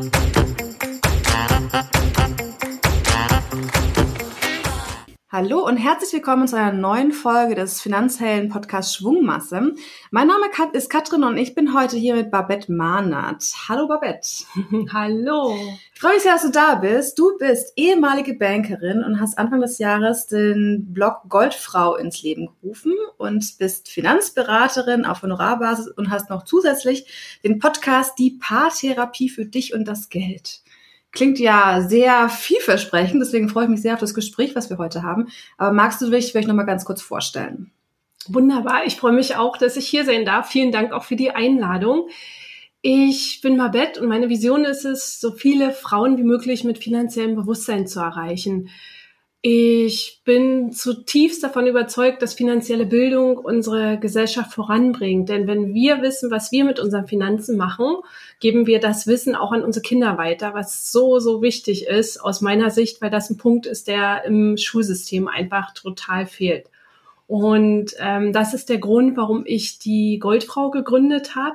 Hallo und herzlich willkommen zu einer neuen Folge des Finanzhelden-Podcasts Schwungmasse. Mein Name ist Katrin und ich bin heute hier mit Babette Mahnert. Hallo Babette. Hallo. Ich freue mich sehr, dass du da bist. Du bist ehemalige Bankerin und hast Anfang des Jahres den Blog Goldfrau ins Leben gerufen und bist Finanzberaterin auf Honorarbasis und hast noch zusätzlich den Podcast Die Paartherapie für dich und das Geld. Klingt ja sehr vielversprechend, deswegen freue ich mich sehr auf das Gespräch, was wir heute haben. Aber magst du dich vielleicht noch mal ganz kurz vorstellen? Wunderbar, ich freue mich auch, dass ich hier sein darf. Vielen Dank auch für die Einladung. Ich bin Babette und meine Vision ist es, so viele Frauen wie möglich mit finanziellem Bewusstsein zu erreichen. Ich bin zutiefst davon überzeugt, dass finanzielle Bildung unsere Gesellschaft voranbringt. Denn wenn wir wissen, was wir mit unseren Finanzen machen, geben wir das Wissen auch an unsere Kinder weiter, was so, so wichtig ist aus meiner Sicht, weil das ein Punkt ist, der im Schulsystem einfach total fehlt. Und das ist der Grund, warum ich die Goldfrau gegründet habe.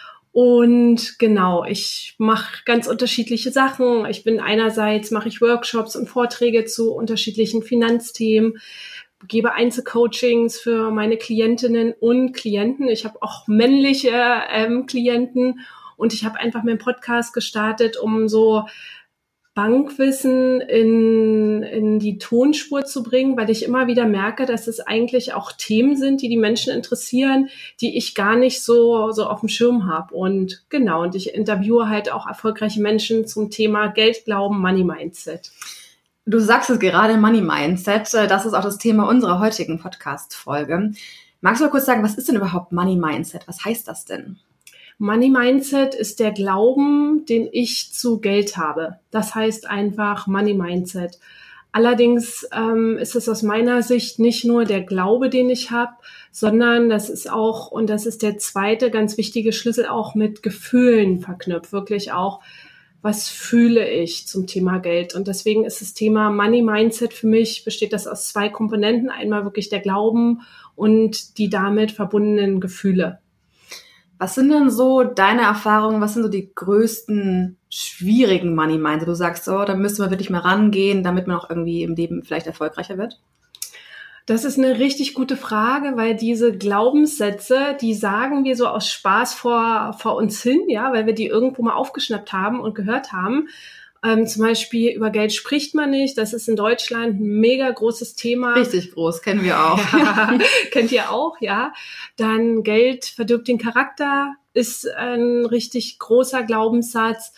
Und genau, ich mache ganz unterschiedliche Sachen. Mache ich Workshops und Vorträge zu unterschiedlichen Finanzthemen, gebe Einzelcoachings für meine Klientinnen und Klienten. Ich habe auch männliche Klienten und ich habe einfach meinen Podcast gestartet, um so Bankwissen in die Tonspur zu bringen, weil ich immer wieder merke, dass es eigentlich auch Themen sind, die die Menschen interessieren, die ich gar nicht so auf dem Schirm habe. Und genau, und ich interviewe halt auch erfolgreiche Menschen zum Thema Geld, Glauben, Money Mindset. Du sagst es gerade, Money Mindset, das ist auch das Thema unserer heutigen Podcast-Folge. Magst du mal kurz sagen, was ist denn überhaupt Money Mindset? Was heißt das denn? Money Mindset ist der Glauben, den ich zu Geld habe. Das heißt einfach Money Mindset. Allerdings ist es aus meiner Sicht nicht nur der Glaube, den ich habe, sondern das ist auch, und das ist der zweite ganz wichtige Schlüssel, auch mit Gefühlen verknüpft. Wirklich auch, was fühle ich zum Thema Geld? Und deswegen ist das Thema Money Mindset für mich, besteht das aus zwei Komponenten. Einmal wirklich der Glauben und die damit verbundenen Gefühle. Was sind denn so deine Erfahrungen, was sind so die größten schwierigen Money Mindset? Du sagst so, da müsste man wirklich mal rangehen, damit man auch irgendwie im Leben vielleicht erfolgreicher wird? Das ist eine richtig gute Frage, weil diese Glaubenssätze, die sagen wir so aus Spaß vor uns hin, ja, weil wir die irgendwo mal aufgeschnappt haben und gehört haben. Zum Beispiel über Geld spricht man nicht. Das ist in Deutschland ein mega großes Thema. Richtig groß, kennen wir auch. Ja, kennt ihr auch, ja. Dann Geld verdirbt den Charakter, ist ein richtig großer Glaubenssatz.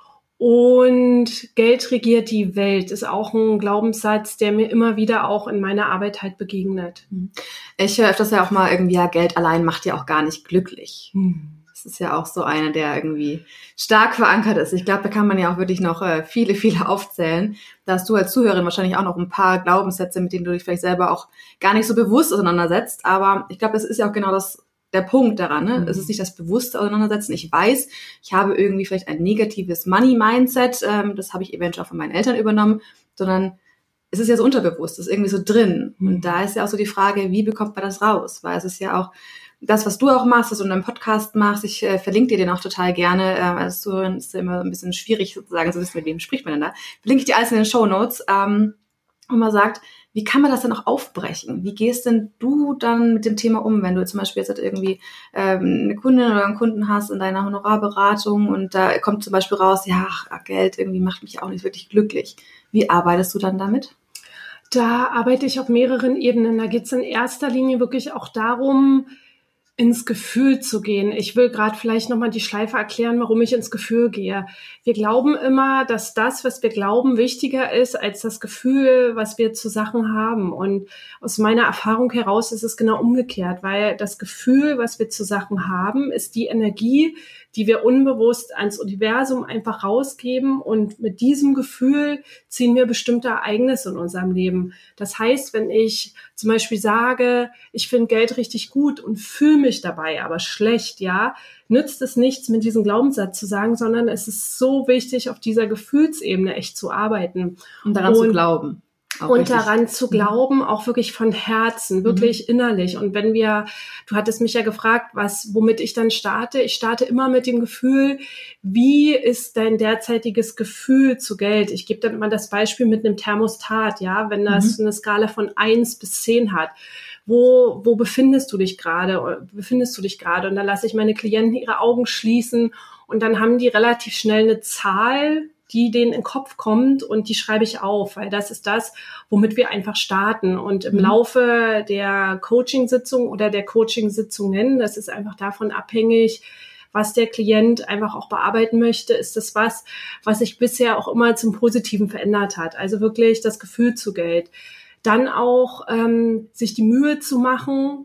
Und Geld regiert die Welt ist auch ein Glaubenssatz, der mir immer wieder auch in meiner Arbeit halt begegnet. Ich höre öfters ja auch mal irgendwie, ja, Geld allein macht ja auch gar nicht glücklich. Das ist ja auch so einer, der irgendwie stark verankert ist. Ich glaube, da kann man ja auch wirklich noch viele, viele aufzählen. Da hast du als Zuhörerin wahrscheinlich auch noch ein paar Glaubenssätze, mit denen du dich vielleicht selber auch gar nicht so bewusst auseinandersetzt. Aber ich glaube, das ist ja auch genau der Punkt daran. Ne? Es ist nicht das bewusste Auseinandersetzen. Ich weiß, ich habe irgendwie vielleicht ein negatives Money-Mindset. Das habe ich eventuell von meinen Eltern übernommen. Sondern es ist ja so unterbewusst, es ist irgendwie so drin. Und da ist ja auch so die Frage, wie bekommt man das raus? Weil es ist ja auch das, was du auch machst, was du in deinem Podcast machst, ich verlinke dir den auch total gerne. Als Zuhörerin ist es immer ein bisschen schwierig sozusagen zu wissen, mit wem spricht man denn da. Verlinke ich dir alles in den Shownotes. Und man sagt, wie kann man das dann auch aufbrechen? Wie gehst denn du dann mit dem Thema um, wenn du zum Beispiel jetzt halt irgendwie eine Kundin oder einen Kunden hast in deiner Honorarberatung und da kommt zum Beispiel raus, ja, Geld irgendwie macht mich auch nicht wirklich glücklich. Wie arbeitest du dann damit? Da arbeite ich auf mehreren Ebenen. Da geht es in erster Linie wirklich auch darum, ins Gefühl zu gehen. Ich will gerade vielleicht nochmal die Schleife erklären, warum ich ins Gefühl gehe. Wir glauben immer, dass das, was wir glauben, wichtiger ist als das Gefühl, was wir zu Sachen haben. Und aus meiner Erfahrung heraus ist es genau umgekehrt, weil das Gefühl, was wir zu Sachen haben, ist die Energie, die wir unbewusst ans Universum einfach rausgeben. Und mit diesem Gefühl ziehen wir bestimmte Ereignisse in unserem Leben. Das heißt, wenn ich zum Beispiel sage, ich finde Geld richtig gut und fühle mich dabei aber schlecht, ja, nützt es nichts, mit diesem Glaubenssatz zu sagen, sondern es ist so wichtig, auf dieser Gefühlsebene echt zu arbeiten. Und daran zu glauben. Und daran zu glauben, auch wirklich von Herzen, wirklich innerlich. Und wenn du hattest mich ja gefragt, womit ich dann starte. Ich starte immer mit dem Gefühl, wie ist dein derzeitiges Gefühl zu Geld? Ich gebe dann immer das Beispiel mit einem Thermostat, ja, wenn das eine Skala von 1 bis 10 hat. Wo befindest du dich gerade? Und dann lasse ich meine Klienten ihre Augen schließen und dann haben die relativ schnell eine Zahl, die denen in den Kopf kommt und die schreibe ich auf, weil das ist das, womit wir einfach starten. Und im Laufe der Coaching-Sitzung oder der Coaching-Sitzungen, das ist einfach davon abhängig, was der Klient einfach auch bearbeiten möchte, ist das was sich bisher auch immer zum Positiven verändert hat. Also wirklich das Gefühl zu Geld. Dann auch sich die Mühe zu machen,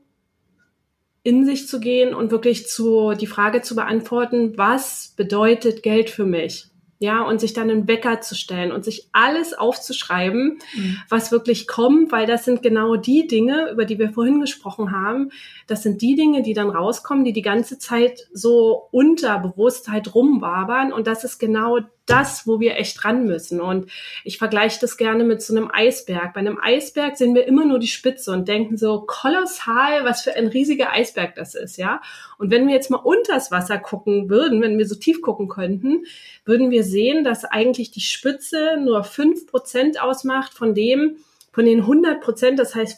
in sich zu gehen und wirklich die Frage zu beantworten, was bedeutet Geld für mich? Ja, und sich dann einen Wecker zu stellen und sich alles aufzuschreiben, was wirklich kommt, weil das sind genau die Dinge, über die wir vorhin gesprochen haben. Das sind die Dinge, die dann rauskommen, die ganze Zeit so unter Bewusstheit rumwabern. Und das ist genau das, wo wir echt ran müssen. Und ich vergleiche das gerne mit so einem Eisberg. Bei einem Eisberg sehen wir immer nur die Spitze und denken so kolossal, was für ein riesiger Eisberg das ist, ja. Und wenn wir jetzt mal unters Wasser gucken würden, wenn wir so tief gucken könnten, würden wir sehen, dass eigentlich die Spitze nur 5% ausmacht von den 100%, das heißt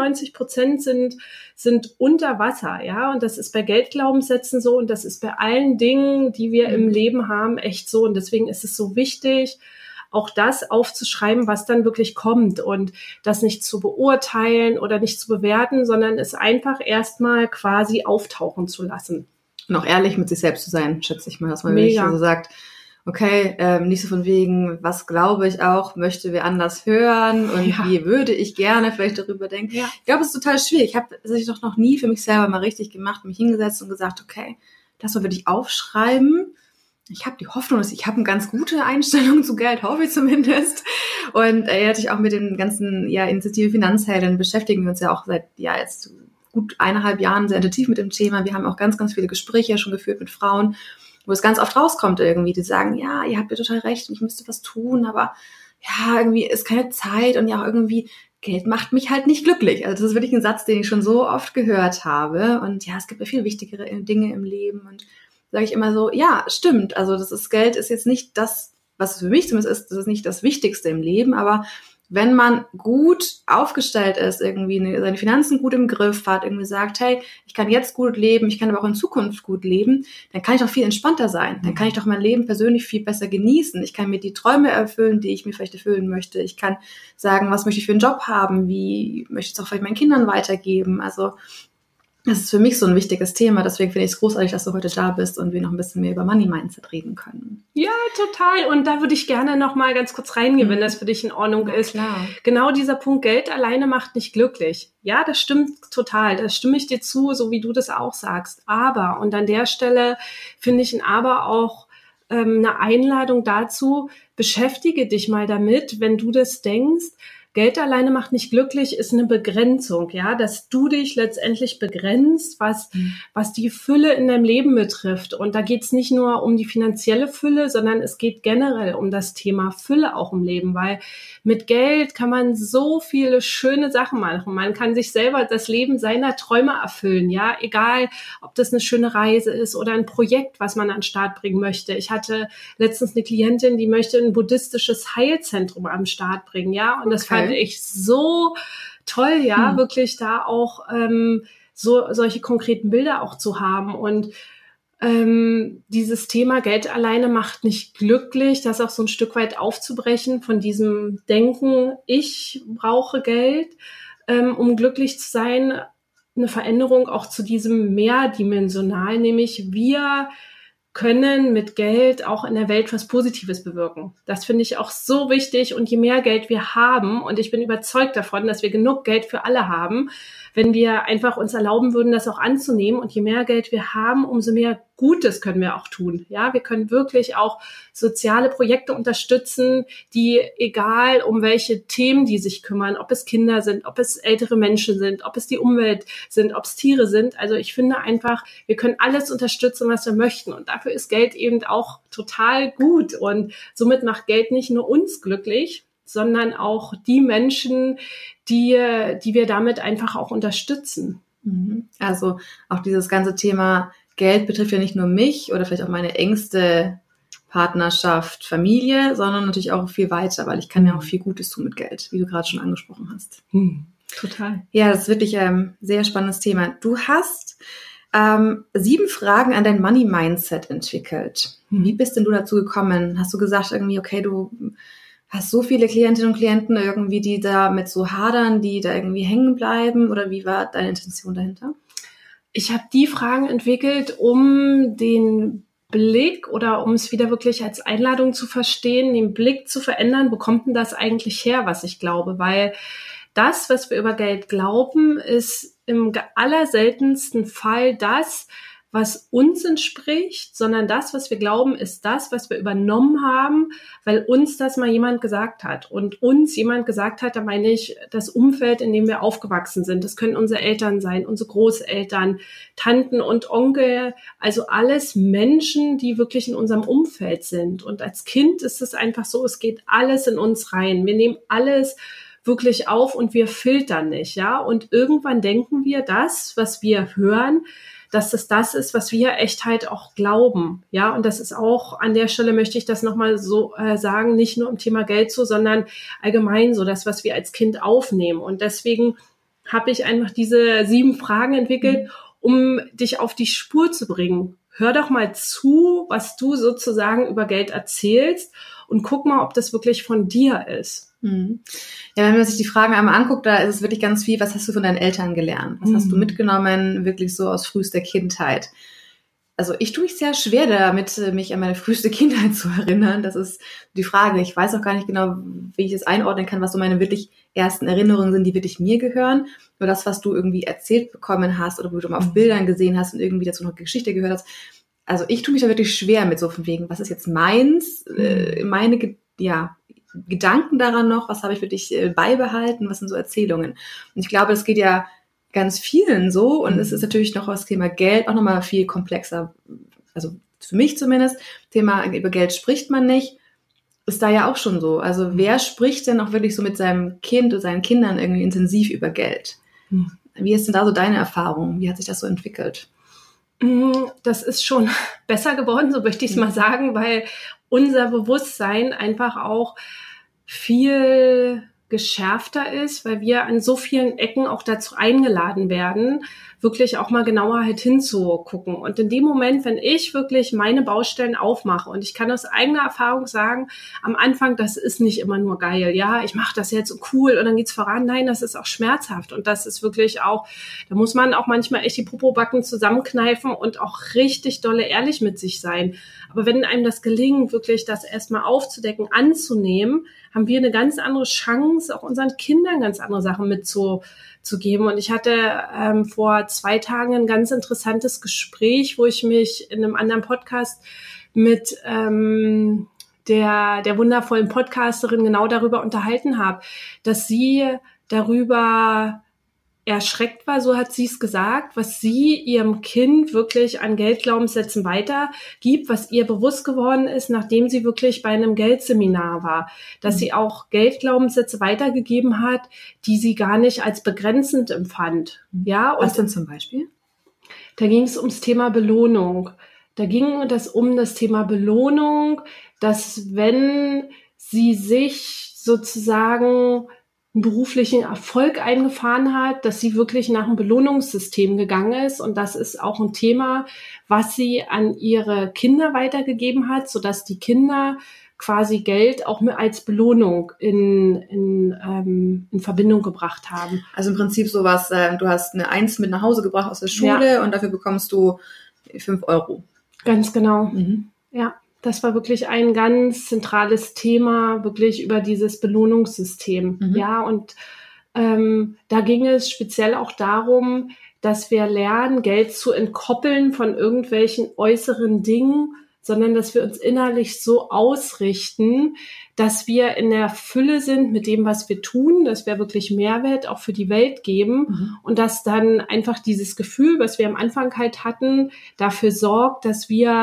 95% sind unter Wasser, ja, und das ist bei Geldglaubenssätzen so und das ist bei allen Dingen, die wir im Leben haben, echt so und deswegen ist es so wichtig, auch das aufzuschreiben, was dann wirklich kommt und das nicht zu beurteilen oder nicht zu bewerten, sondern es einfach erstmal quasi auftauchen zu lassen. Und auch ehrlich mit sich selbst zu sein, schätze ich mal, dass man wirklich so sagt, okay, nicht so von wegen, was glaube ich auch, möchte wer anders hören und wie würde ich gerne vielleicht darüber denken. Ja. Ich glaube, es ist total schwierig. Ich habe es doch noch nie für mich selber mal richtig gemacht, mich hingesetzt und gesagt, okay, das mal würde ich aufschreiben. Ich habe die Hoffnung, dass ich habe eine ganz gute Einstellung zu Geld, hoffe ich zumindest. Und natürlich auch mit den ganzen Initiative Finanzhelden beschäftigen wir uns ja auch seit jetzt gut 1,5 Jahren sehr intensiv mit dem Thema. Wir haben auch ganz, ganz viele Gespräche schon geführt mit Frauen, wo es ganz oft rauskommt irgendwie, die sagen, ja, ihr habt ja total recht und ich müsste was tun, aber ja, irgendwie ist keine Zeit und ja auch irgendwie Geld macht mich halt nicht glücklich. Also das ist wirklich ein Satz, den ich schon so oft gehört habe und ja, es gibt ja viel wichtigere Dinge im Leben und sage ich immer so, ja, stimmt, also Geld ist jetzt nicht das, was es für mich zumindest ist, das ist nicht das Wichtigste im Leben, aber wenn man gut aufgestellt ist, irgendwie seine Finanzen gut im Griff hat, irgendwie sagt, hey, ich kann jetzt gut leben, ich kann aber auch in Zukunft gut leben, dann kann ich doch viel entspannter sein. Dann kann ich doch mein Leben persönlich viel besser genießen. Ich kann mir die Träume erfüllen, die ich mir vielleicht erfüllen möchte. Ich kann sagen, was möchte ich für einen Job haben, wie möchte ich es auch vielleicht meinen Kindern weitergeben. Also das ist für mich so ein wichtiges Thema, deswegen finde ich es großartig, dass du heute da bist und wir noch ein bisschen mehr über Money Mindset reden können. Ja, total. Und da würde ich gerne noch mal ganz kurz reingehen, wenn das für dich in Ordnung ist. Klar. Genau dieser Punkt, Geld alleine macht nicht glücklich. Ja, das stimmt total. Das stimme ich dir zu, so wie du das auch sagst. Aber, und an der Stelle finde ich ein Aber auch eine Einladung dazu, beschäftige dich mal damit, wenn du das denkst, Geld alleine macht nicht glücklich, ist eine Begrenzung, ja, dass du dich letztendlich begrenzt, was die Fülle in deinem Leben betrifft. Und da geht es nicht nur um die finanzielle Fülle, sondern es geht generell um das Thema Fülle auch im Leben, weil mit Geld kann man so viele schöne Sachen machen. Man kann sich selber das Leben seiner Träume erfüllen, ja, egal, ob das eine schöne Reise ist oder ein Projekt, was man an den Start bringen möchte. Ich hatte letztens eine Klientin, die möchte ein buddhistisches Heilzentrum am Start bringen, ja, und das fand ich so toll, ja, wirklich da auch solche konkreten Bilder auch zu haben und dieses Thema Geld alleine macht nicht glücklich, das auch so ein Stück weit aufzubrechen von diesem Denken, ich brauche Geld, um glücklich zu sein, eine Veränderung auch zu diesem mehrdimensional, nämlich wir können mit Geld auch in der Welt was Positives bewirken. Das finde ich auch so wichtig und je mehr Geld wir haben, und ich bin überzeugt davon, dass wir genug Geld für alle haben, wenn wir einfach uns erlauben würden, das auch anzunehmen und je mehr Geld wir haben, umso mehr Gutes können wir auch tun. Ja, wir können wirklich auch soziale Projekte unterstützen, die egal um welche Themen die sich kümmern, ob es Kinder sind, ob es ältere Menschen sind, ob es die Umwelt sind, ob es Tiere sind. Also ich finde einfach, wir können alles unterstützen, was wir möchten und dafür ist Geld eben auch total gut und somit macht Geld nicht nur uns glücklich, sondern auch die Menschen, die wir damit einfach auch unterstützen. Also auch dieses ganze Thema Geld betrifft ja nicht nur mich oder vielleicht auch meine engste Partnerschaft, Familie, sondern natürlich auch viel weiter, weil ich kann ja auch viel Gutes tun mit Geld, wie du gerade schon angesprochen hast. Total. Ja, das ist wirklich ein sehr spannendes Thema. Du hast 7 Fragen an dein Money-Mindset entwickelt. Wie bist denn du dazu gekommen? Hast du gesagt irgendwie, okay, du hast so viele Klientinnen und Klienten irgendwie, die da mit so hadern, die da irgendwie hängen bleiben? Oder wie war deine Intention dahinter? Ich habe die Fragen entwickelt, um den Blick oder um es wieder wirklich als Einladung zu verstehen, den Blick zu verändern. Wo kommt denn das eigentlich her, was ich glaube? Weil das, was wir über Geld glauben, ist im allerseltensten Fall das, was uns entspricht, sondern das, was wir glauben, ist das, was wir übernommen haben, weil uns das mal jemand gesagt hat. Und uns jemand gesagt hat, da meine ich das Umfeld, in dem wir aufgewachsen sind. Das können unsere Eltern sein, unsere Großeltern, Tanten und Onkel, also alles Menschen, die wirklich in unserem Umfeld sind. Und als Kind ist es einfach so, es geht alles in uns rein. Wir nehmen alles wirklich auf und wir filtern nicht, ja. Und irgendwann denken wir, das, was wir hören, dass das ist, was wir echt halt auch glauben, ja. Und das ist auch, an der Stelle möchte ich das nochmal so sagen, nicht nur im Thema Geld so, sondern allgemein so, das, was wir als Kind aufnehmen. Und deswegen habe ich einfach diese 7 Fragen entwickelt, um dich auf die Spur zu bringen. Hör doch mal zu, was du sozusagen über Geld erzählst und guck mal, ob das wirklich von dir ist. Ja, wenn man sich die Fragen einmal anguckt, da ist es wirklich ganz viel, was hast du von deinen Eltern gelernt? Was hast du mitgenommen, wirklich so aus frühester Kindheit? Also ich tue mich sehr schwer damit, mich an meine früheste Kindheit zu erinnern. Das ist die Frage. Ich weiß auch gar nicht genau, wie ich es einordnen kann, was so meine wirklich ersten Erinnerungen sind, die wirklich mir gehören. Nur das, was du irgendwie erzählt bekommen hast oder wo du mal auf Bildern gesehen hast und irgendwie dazu noch Geschichte gehört hast. Also ich tue mich da wirklich schwer mit so von wegen, was ist jetzt meins, meine Gedanken daran noch, was habe ich für dich beibehalten, was sind so Erzählungen. Und ich glaube, es geht ja ganz vielen so und es ist natürlich noch das Thema Geld auch nochmal viel komplexer, also für mich zumindest, Thema über Geld spricht man nicht, ist da ja auch schon so. Also wer spricht denn auch wirklich so mit seinem Kind oder seinen Kindern irgendwie intensiv über Geld? Wie ist denn da so deine Erfahrung? Wie hat sich das so entwickelt? Das ist schon besser geworden, so möchte ich es mal sagen, weil unser Bewusstsein einfach auch viel geschärfter ist, weil wir an so vielen Ecken auch dazu eingeladen werden, wirklich auch mal genauer halt hinzugucken. Und in dem Moment, wenn ich wirklich meine Baustellen aufmache und ich kann aus eigener Erfahrung sagen, am Anfang, das ist nicht immer nur geil, ja, ich mache das jetzt cool und dann geht's voran. Nein, das ist auch schmerzhaft und das ist wirklich auch, da muss man auch manchmal echt die Popobacken zusammenkneifen und auch richtig dolle ehrlich mit sich sein. Aber wenn einem das gelingt, wirklich das erstmal aufzudecken, anzunehmen, haben wir eine ganz andere Chance, auch unseren Kindern ganz andere Sachen mitzugeben. Und ich hatte vor 2 Tagen ein ganz interessantes Gespräch, wo ich mich in einem anderen Podcast mit der wundervollen Podcasterin genau darüber unterhalten habe, dass sie darüber erschreckt war, so hat sie es gesagt, was sie ihrem Kind wirklich an Geldglaubenssätzen weitergibt, was ihr bewusst geworden ist, nachdem sie wirklich bei einem Geldseminar war, dass sie auch Geldglaubenssätze weitergegeben hat, die sie gar nicht als begrenzend empfand. Ja, was denn zum Beispiel? Da ging es ums Thema Belohnung. Da ging es um das Thema Belohnung, dass wenn sie sich sozusagen einen beruflichen Erfolg eingefahren hat, dass sie wirklich nach einem Belohnungssystem gegangen ist. Und das ist auch ein Thema, was sie an ihre Kinder weitergegeben hat, sodass die Kinder quasi Geld auch als Belohnung in Verbindung gebracht haben. Also im Prinzip sowas, du hast eine 1 mit nach Hause gebracht aus der Schule und dafür bekommst du 5 Euro. Ganz genau. Ja. Das war wirklich ein ganz zentrales Thema, wirklich über dieses Belohnungssystem. Ja, und da ging es speziell auch darum, dass wir lernen, Geld zu entkoppeln von irgendwelchen äußeren Dingen, sondern dass wir uns innerlich so ausrichten, dass wir in der Fülle sind mit dem, was wir tun, dass wir wirklich Mehrwert auch für die Welt geben und dass dann einfach dieses Gefühl, was wir am Anfang halt hatten, dafür sorgt, dass wir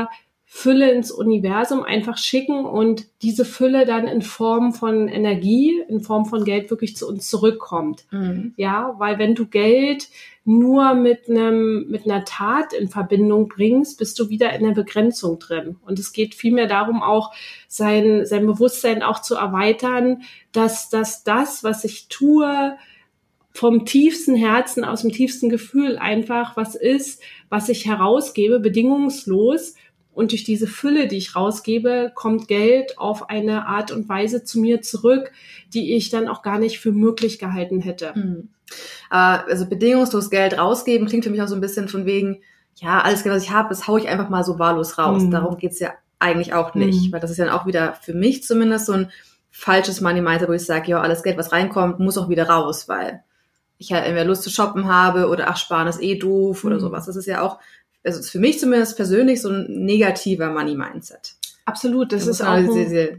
Fülle ins Universum einfach schicken und diese Fülle dann in Form von Energie, in Form von Geld wirklich zu uns zurückkommt. Ja, weil wenn du Geld nur mit einer Tat in Verbindung bringst, bist du wieder in der Begrenzung drin. Und es geht vielmehr darum, auch sein Bewusstsein auch zu erweitern, dass das, was ich tue, vom tiefsten Herzen, aus dem tiefsten Gefühl einfach was ist, was ich herausgebe, bedingungslos. Und durch diese Fülle, die ich rausgebe, kommt Geld auf eine Art und Weise zu mir zurück, die ich dann auch gar nicht für möglich gehalten hätte. Also bedingungslos Geld rausgeben klingt für mich auch so ein bisschen von wegen, ja, alles, was ich habe, das haue ich einfach mal so wahllos raus. Darum geht's ja eigentlich auch nicht, weil das ist ja dann auch wieder für mich zumindest so ein falsches Money-Mindset, wo ich sage, ja, alles Geld, was reinkommt, muss auch wieder raus, weil ich halt entweder Lust zu shoppen habe oder ach, sparen ist eh doof oder sowas. Das ist ja auch, also ist für mich zumindest persönlich so ein negativer Money-Mindset. Absolut, das ist auch das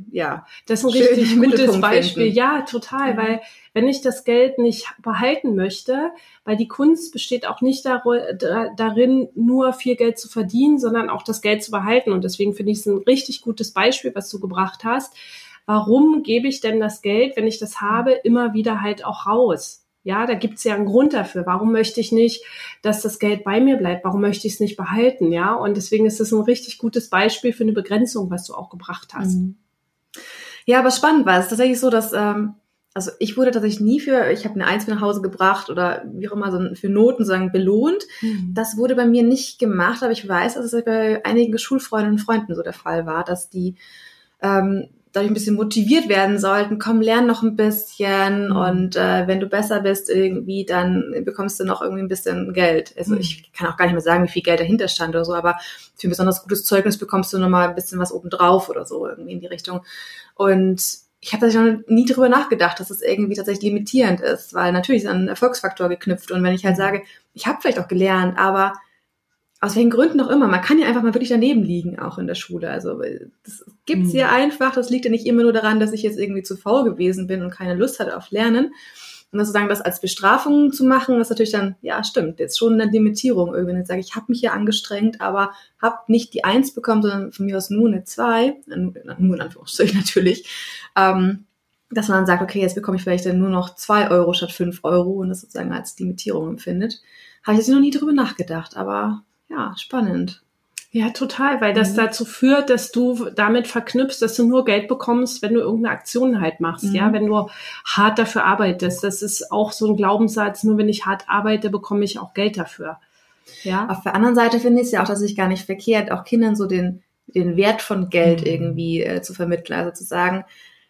ist ein richtig gutes Beispiel. Finden. Ja, total, weil wenn ich das Geld nicht behalten möchte, weil die Kunst besteht auch nicht darin, nur viel Geld zu verdienen, sondern auch das Geld zu behalten. Und deswegen finde ich es ein richtig gutes Beispiel, was du gebracht hast. Warum gebe ich denn das Geld, wenn ich das habe, immer wieder halt auch raus? Ja, da gibt's ja einen Grund dafür. Warum möchte ich nicht, dass das Geld bei mir bleibt? Warum möchte ich es nicht behalten? Ja, und deswegen ist es ein richtig gutes Beispiel für eine Begrenzung, was du auch gebracht hast. Ja, aber spannend war es tatsächlich so, dass also ich wurde tatsächlich nie ich habe eine 1 nach Hause gebracht oder wie auch immer, so für Noten sagen belohnt. Das wurde bei mir nicht gemacht, aber ich weiß, dass es bei einigen Schulfreundinnen und Freunden so der Fall war, dass die dadurch ein bisschen motiviert werden sollten, komm, lern noch ein bisschen und wenn du besser bist irgendwie, dann bekommst du noch irgendwie ein bisschen Geld. Also ich kann auch gar nicht mehr sagen, wie viel Geld dahinter stand oder so, aber für ein besonders gutes Zeugnis bekommst du nochmal ein bisschen was obendrauf oder so, irgendwie in die Richtung. Und ich habe tatsächlich noch nie drüber nachgedacht, dass es irgendwie tatsächlich limitierend ist, weil natürlich ist an einen Erfolgsfaktor geknüpft und wenn ich halt sage, ich habe vielleicht auch gelernt, aber aus welchen Gründen auch immer, man kann ja einfach mal wirklich daneben liegen, auch in der Schule. Also das gibt's ja einfach, das liegt ja nicht immer nur daran, dass ich jetzt irgendwie zu faul gewesen bin und keine Lust hatte auf Lernen. Und sozusagen das als Bestrafung zu machen, ist natürlich dann, ja stimmt, jetzt schon eine Limitierung irgendwie. Jetzt sage ich, habe mich hier angestrengt, aber habe nicht die 1 bekommen, sondern von mir aus nur eine 2, nur in Anführungsstrichen natürlich, dass man dann sagt, okay, jetzt bekomme ich vielleicht dann nur noch 2 Euro statt 5 Euro und das sozusagen als Limitierung empfindet. Habe ich jetzt noch nie drüber nachgedacht, aber ja, spannend. Ja, total, weil das dazu führt, dass du damit verknüpfst, dass du nur Geld bekommst, wenn du irgendeine Aktion halt machst, ja, wenn du hart dafür arbeitest. Das ist auch so ein Glaubenssatz, nur wenn ich hart arbeite, bekomme ich auch Geld dafür. Ja. Auf der anderen Seite finde ich es ja auch, dass ich gar nicht verkehrt, auch Kindern so den Wert von Geld irgendwie zu vermitteln, also zu sagen,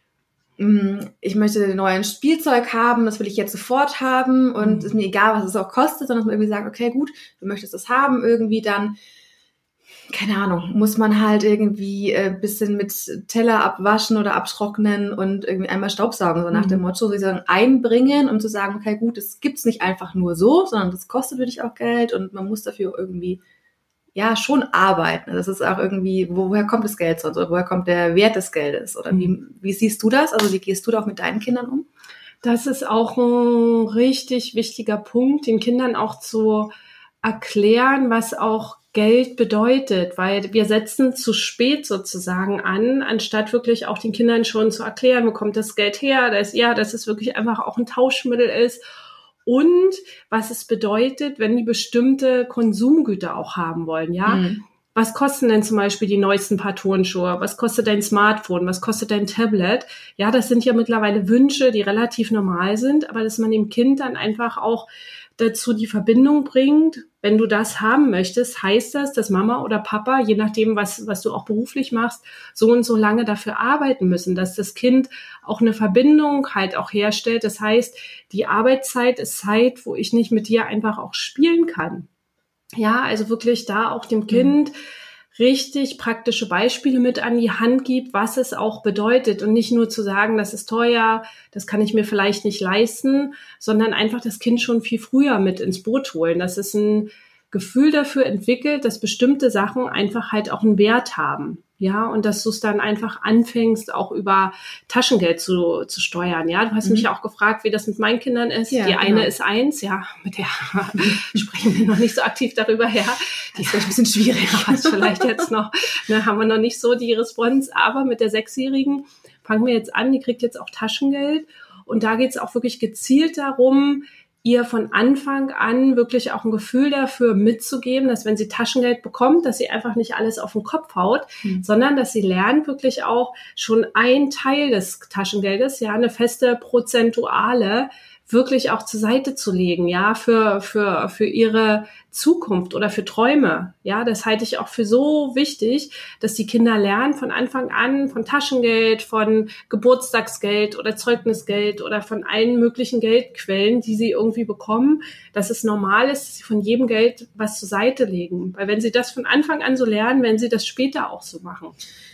ich möchte ein neues Spielzeug haben, das will ich jetzt sofort haben und ist mir egal, was es auch kostet, sondern dass man irgendwie sagt, okay, gut, du möchtest das haben, irgendwie dann, keine Ahnung, muss man halt irgendwie ein bisschen mit Teller abwaschen oder abtrocknen und irgendwie einmal staubsaugen, so nach dem Motto, sozusagen einbringen, um zu sagen, okay, gut, das gibt's nicht einfach nur so, sondern das kostet wirklich auch Geld und man muss dafür irgendwie ja schon arbeiten. Das ist auch irgendwie, woher kommt das Geld sonst oder woher kommt der Wert des Geldes? Oder wie siehst du das? Also wie gehst du da auch mit deinen Kindern um? Das ist auch ein richtig wichtiger Punkt, den Kindern auch zu erklären, was auch Geld bedeutet, weil wir setzen zu spät sozusagen an, anstatt wirklich auch den Kindern schon zu erklären, wo kommt das Geld her, dass es wirklich einfach auch ein Tauschmittel ist. Und was es bedeutet, wenn die bestimmte Konsumgüter auch haben wollen, ja. Was kosten denn zum Beispiel die neuesten Paar Turnschuhe? Was kostet dein Smartphone? Was kostet dein Tablet? Ja, das sind ja mittlerweile Wünsche, die relativ normal sind, aber dass man dem Kind dann einfach auch dazu die Verbindung bringt, wenn du das haben möchtest, heißt das, dass Mama oder Papa, je nachdem, was du auch beruflich machst, so und so lange dafür arbeiten müssen, dass das Kind auch eine Verbindung halt auch herstellt. Das heißt, die Arbeitszeit ist Zeit, wo ich nicht mit dir einfach auch spielen kann. Ja, also wirklich da auch dem Kind richtig praktische Beispiele mit an die Hand gibt, was es auch bedeutet und nicht nur zu sagen, das ist teuer, das kann ich mir vielleicht nicht leisten, sondern einfach das Kind schon viel früher mit ins Boot holen. Das ist ein Gefühl dafür entwickelt, dass bestimmte Sachen einfach halt auch einen Wert haben. Ja, und dass du es dann einfach anfängst, auch über Taschengeld zu steuern. Ja, du hast mich ja auch gefragt, wie das mit meinen Kindern ist. Ja, die eine genau. ist 1, ja, mit der sprechen wir noch nicht so aktiv darüber her. Die ist vielleicht ein bisschen schwieriger, als vielleicht jetzt noch, ne, haben wir noch nicht so die Response. Aber mit der 6-Jährigen fangen wir jetzt an, die kriegt jetzt auch Taschengeld. Und da geht es auch wirklich gezielt darum, ihr von Anfang an wirklich auch ein Gefühl dafür mitzugeben, dass wenn sie Taschengeld bekommt, dass sie einfach nicht alles auf den Kopf haut, sondern dass sie lernt wirklich auch schon ein Teil des Taschengeldes, ja, eine feste Prozentuale, wirklich auch zur Seite zu legen, ja, für ihre Zukunft oder für Träume. Ja, das halte ich auch für so wichtig, dass die Kinder lernen von Anfang an von Taschengeld, von Geburtstagsgeld oder Zeugnisgeld oder von allen möglichen Geldquellen, die sie irgendwie bekommen, dass es normal ist, dass sie von jedem Geld was zur Seite legen. Weil wenn sie das von Anfang an so lernen, werden sie das später auch so machen.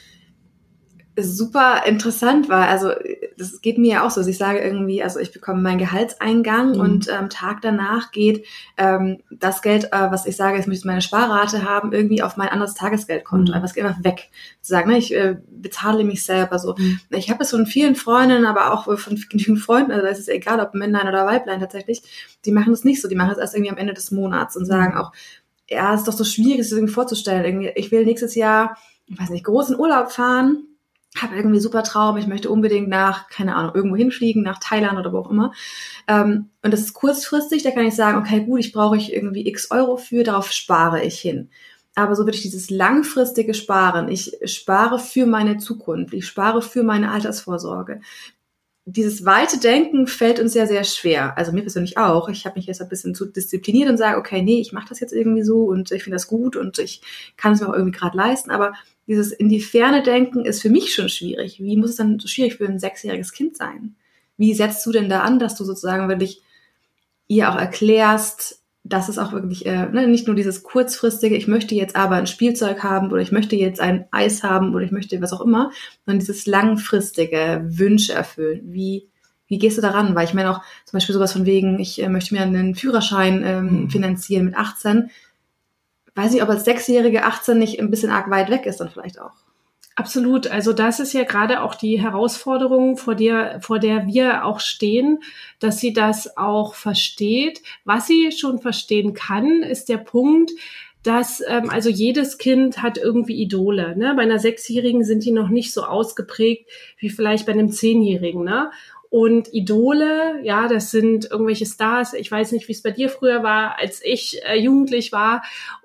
Super interessant war, also das geht mir ja auch so, dass ich sage irgendwie, also ich bekomme meinen Gehaltseingang und Tag danach geht das Geld, was ich sage, jetzt möchte ich meine Sparrate haben, irgendwie auf mein anderes Tagesgeldkonto, einfach, es geht einfach weg. Zu sagen, ne, ich bezahle mich selber so. Ich habe es von vielen Freundinnen, aber auch von genügend Freunden, also es ist egal, ob Männlein oder Weiblein tatsächlich, die machen das nicht so, die machen das erst irgendwie am Ende des Monats und sagen auch, ja, es ist doch so schwierig, sich irgendwie vorzustellen, irgendwie, ich will nächstes Jahr, ich weiß nicht, großen Urlaub fahren, habe irgendwie super Traum, ich möchte unbedingt nach, keine Ahnung, irgendwo hinfliegen, nach Thailand oder wo auch immer. Und das ist kurzfristig, da kann ich sagen, okay, gut, brauche ich irgendwie x Euro für, darauf spare ich hin. Aber so wirklich dieses langfristige Sparen, ich spare für meine Zukunft, ich spare für meine Altersvorsorge. Dieses weite Denken fällt uns ja sehr schwer. Also mir persönlich auch. Ich habe mich jetzt ein bisschen zu diszipliniert und sage, okay, nee, ich mache das jetzt irgendwie so und ich finde das gut und ich kann es mir auch irgendwie gerade leisten. Aber dieses in die Ferne denken ist für mich schon schwierig. Wie muss es dann so schwierig für ein 6-jähriges Kind sein? Wie setzt du denn da an, dass du sozusagen wirklich ihr auch erklärst, dass es auch wirklich nicht nur dieses kurzfristige, ich möchte jetzt aber ein Spielzeug haben oder ich möchte jetzt ein Eis haben oder ich möchte was auch immer, sondern dieses langfristige Wünsche erfüllen. Wie gehst du daran? Weil ich meine auch zum Beispiel sowas von wegen, ich möchte mir einen Führerschein finanzieren mit 18. Weiß nicht, ob als 6-Jährige 18 nicht ein bisschen arg weit weg ist dann vielleicht auch. Absolut. Also das ist ja gerade auch die Herausforderung, vor der wir auch stehen, dass sie das auch versteht. Was sie schon verstehen kann, ist der Punkt, dass also jedes Kind hat irgendwie Idole. Ne? Bei einer 6-Jährigen sind die noch nicht so ausgeprägt wie vielleicht bei einem 10-Jährigen. Ne? Und Idole, ja, das sind irgendwelche Stars. Ich weiß nicht, wie es bei dir früher war, als ich jugendlich war.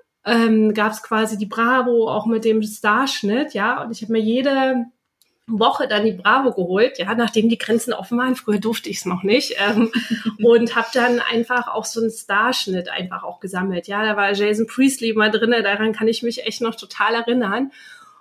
Gab es quasi die Bravo auch mit dem Starschnitt, ja, und ich habe mir jede Woche dann die Bravo geholt, ja, nachdem die Grenzen offen waren. Früher durfte ich es noch nicht und habe dann einfach auch so einen Starschnitt einfach auch gesammelt. Ja, da war Jason Priestley mal drin, daran kann ich mich echt noch total erinnern.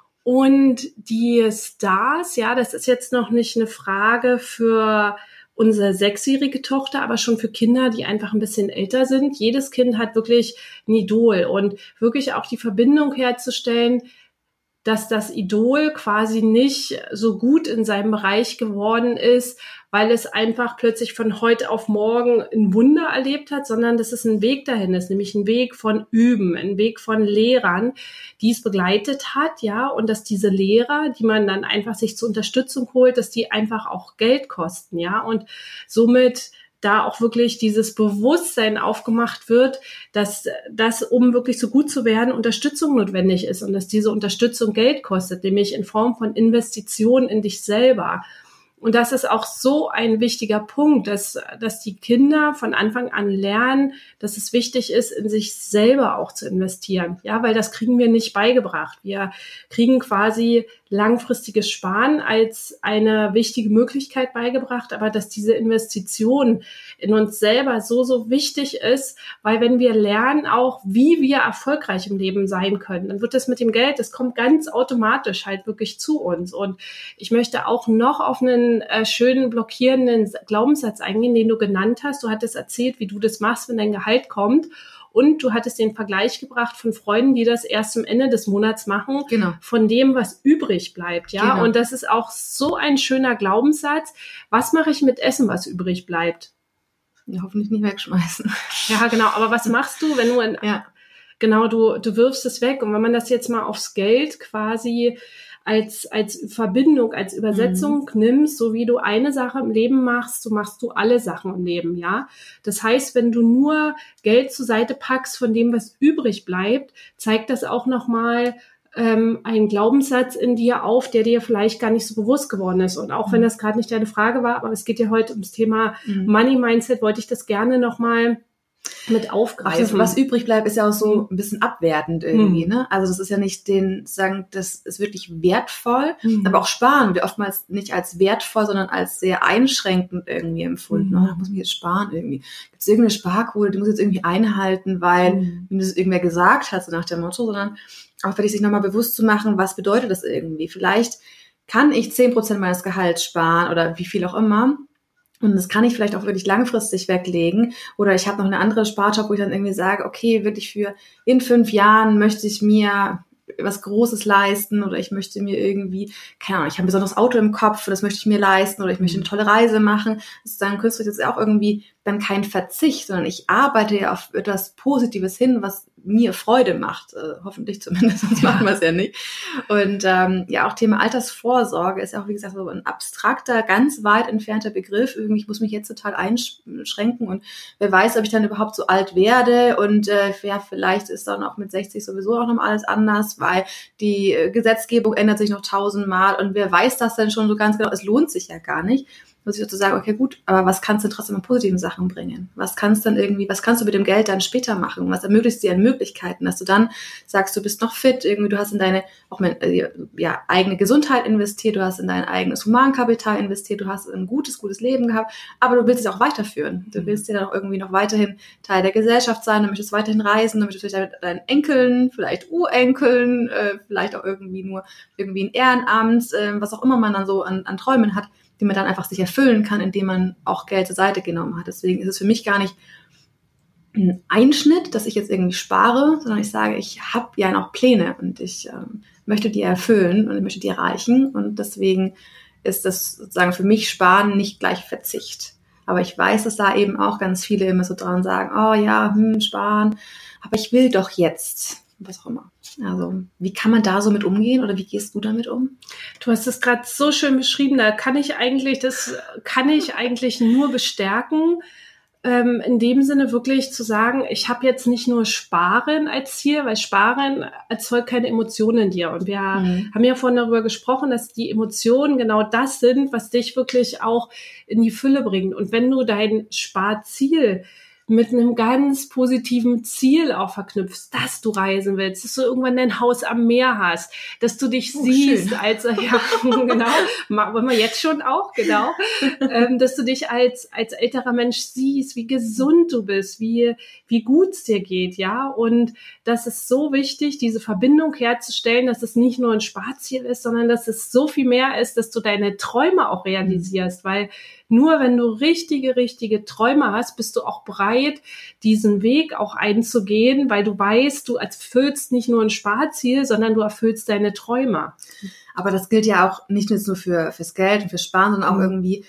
Und die Stars, ja, das ist jetzt noch nicht eine Frage für unsere 6-jährige Tochter, aber schon für Kinder, die einfach ein bisschen älter sind. Jedes Kind hat wirklich ein Idol und wirklich auch die Verbindung herzustellen, dass das Idol quasi nicht so gut in seinem Bereich geworden ist, weil es einfach plötzlich von heute auf morgen ein Wunder erlebt hat, sondern dass es ein Weg dahin ist, nämlich ein Weg von Üben, ein Weg von Lehrern, die es begleitet hat, ja, und dass diese Lehrer, die man dann einfach sich zur Unterstützung holt, dass die einfach auch Geld kosten, ja, und somit da auch wirklich dieses Bewusstsein aufgemacht wird, dass das, um wirklich so gut zu werden, Unterstützung notwendig ist und dass diese Unterstützung Geld kostet, nämlich in Form von Investitionen in dich selber. Und das ist auch so ein wichtiger Punkt, dass die Kinder von Anfang an lernen, dass es wichtig ist, in sich selber auch zu investieren. Ja, weil das kriegen wir nicht beigebracht. Wir kriegen quasi langfristiges Sparen als eine wichtige Möglichkeit beigebracht, aber dass diese Investition in uns selber so wichtig ist, weil wenn wir lernen auch, wie wir erfolgreich im Leben sein können, dann wird das mit dem Geld, das kommt ganz automatisch halt wirklich zu uns. Und ich möchte auch noch auf einen schönen blockierenden Glaubenssatz eingehen, den du genannt hast. Du hattest erzählt, wie du das machst, wenn dein Gehalt kommt. Und du hattest den Vergleich gebracht von Freunden, die das erst zum Ende des Monats machen, genau, von dem, was übrig bleibt. Ja, genau. Und das ist auch so ein schöner Glaubenssatz. Was mache ich mit Essen, was übrig bleibt? Ja, hoffentlich nicht wegschmeißen. Ja, genau. Aber was machst du, wenn du genau, du wirfst es weg. Und wenn man das jetzt mal aufs Geld quasi als Verbindung, als Übersetzung nimmst, so wie du eine Sache im Leben machst, so machst du alle Sachen im Leben, ja. Das heißt, wenn du nur Geld zur Seite packst von dem, was übrig bleibt, zeigt das auch nochmal einen Glaubenssatz in dir auf, der dir vielleicht gar nicht so bewusst geworden ist. Und auch wenn das gerade nicht deine Frage war, aber es geht ja heute ums Thema Money Mindset, wollte ich das gerne nochmal mit aufgreifen. Was übrig bleibt, ist ja auch so ein bisschen abwertend irgendwie, ne? Also das ist ja nicht sagen, das ist wirklich wertvoll, aber auch Sparen wird oftmals nicht als wertvoll, sondern als sehr einschränkend irgendwie empfunden. Oh, da muss ich jetzt sparen irgendwie. Gibt es irgendeine Sparquote, die muss ich jetzt irgendwie einhalten, weil wenn das irgendwer gesagt hat, so nach dem Motto, sondern auch wirklich sich nochmal bewusst zu machen, was bedeutet das irgendwie? Vielleicht kann ich 10% meines Gehalts sparen oder wie viel auch immer. Und das kann ich vielleicht auch wirklich langfristig weglegen. Oder ich habe noch eine andere Sparjob, wo ich dann irgendwie sage, okay, wirklich in 5 Jahren möchte ich mir was Großes leisten oder ich möchte mir irgendwie, keine Ahnung, ich habe ein besonderes Auto im Kopf, das möchte ich mir leisten oder ich möchte eine tolle Reise machen. Das ist dann kürzlich jetzt auch irgendwie dann kein Verzicht, sondern ich arbeite ja auf etwas Positives hin, was mir Freude macht, hoffentlich zumindest, sonst machen wir es ja nicht. Und ja, auch Thema Altersvorsorge ist ja auch, wie gesagt, so ein abstrakter, ganz weit entfernter Begriff. Irgendwie, ich muss mich jetzt total einschränken und wer weiß, ob ich dann überhaupt so alt werde und ja, vielleicht ist dann auch mit 60 sowieso auch noch mal alles anders, weil die Gesetzgebung ändert sich noch 1000-mal und wer weiß das denn schon so ganz genau, es lohnt sich ja gar nicht. Muss ich sozusagen, okay, gut, aber was kannst du trotzdem an positiven Sachen bringen? Was kannst du mit dem Geld dann später machen? Was ermöglicht dir an Möglichkeiten, dass du dann sagst, du bist noch fit, irgendwie, du hast in deine, eigene Gesundheit investiert, du hast in dein eigenes Humankapital investiert, du hast ein gutes Leben gehabt, aber du willst es auch weiterführen. Du willst ja dann auch irgendwie noch weiterhin Teil der Gesellschaft sein, du möchtest weiterhin reisen, du möchtest vielleicht mit deinen Enkeln, vielleicht Urenkeln, vielleicht auch irgendwie ein Ehrenamt, was auch immer man dann so an Träumen hat, die man dann einfach sich erfüllen kann, indem man auch Geld zur Seite genommen hat. Deswegen ist es für mich gar nicht ein Einschnitt, dass ich jetzt irgendwie spare, sondern ich sage, ich habe ja noch Pläne und ich möchte die erfüllen und ich möchte die erreichen und deswegen ist das sozusagen für mich Sparen nicht gleich Verzicht. Aber ich weiß, dass da eben auch ganz viele immer so dran sagen, oh ja, sparen, aber ich will doch jetzt. Was auch immer. Also, wie kann man da so mit umgehen oder wie gehst du damit um? Du hast es gerade so schön beschrieben, das kann ich eigentlich nur bestärken, in dem Sinne wirklich zu sagen, ich habe jetzt nicht nur Sparen als Ziel, weil Sparen erzeugt keine Emotionen in dir. Und wir haben ja vorhin darüber gesprochen, dass die Emotionen genau das sind, was dich wirklich auch in die Fülle bringt. Und wenn du dein Sparziel mit einem ganz positiven Ziel auch verknüpfst, dass du reisen willst, dass du irgendwann dein Haus am Meer hast, dass du dich siehst, schön. Genau, wollen wir jetzt schon auch, genau, dass du dich als älterer Mensch siehst, wie gesund du bist, wie gut es dir geht, ja, und das ist so wichtig, diese Verbindung herzustellen, dass es nicht nur ein Sparziel ist, sondern dass es so viel mehr ist, dass du deine Träume auch realisierst, weil nur wenn du richtige Träume hast, bist du auch bereit, diesen Weg auch einzugehen, weil du weißt, du erfüllst nicht nur ein Sparziel, sondern du erfüllst deine Träume. Aber das gilt ja auch nicht nur fürs Geld und fürs Sparen, sondern auch irgendwie,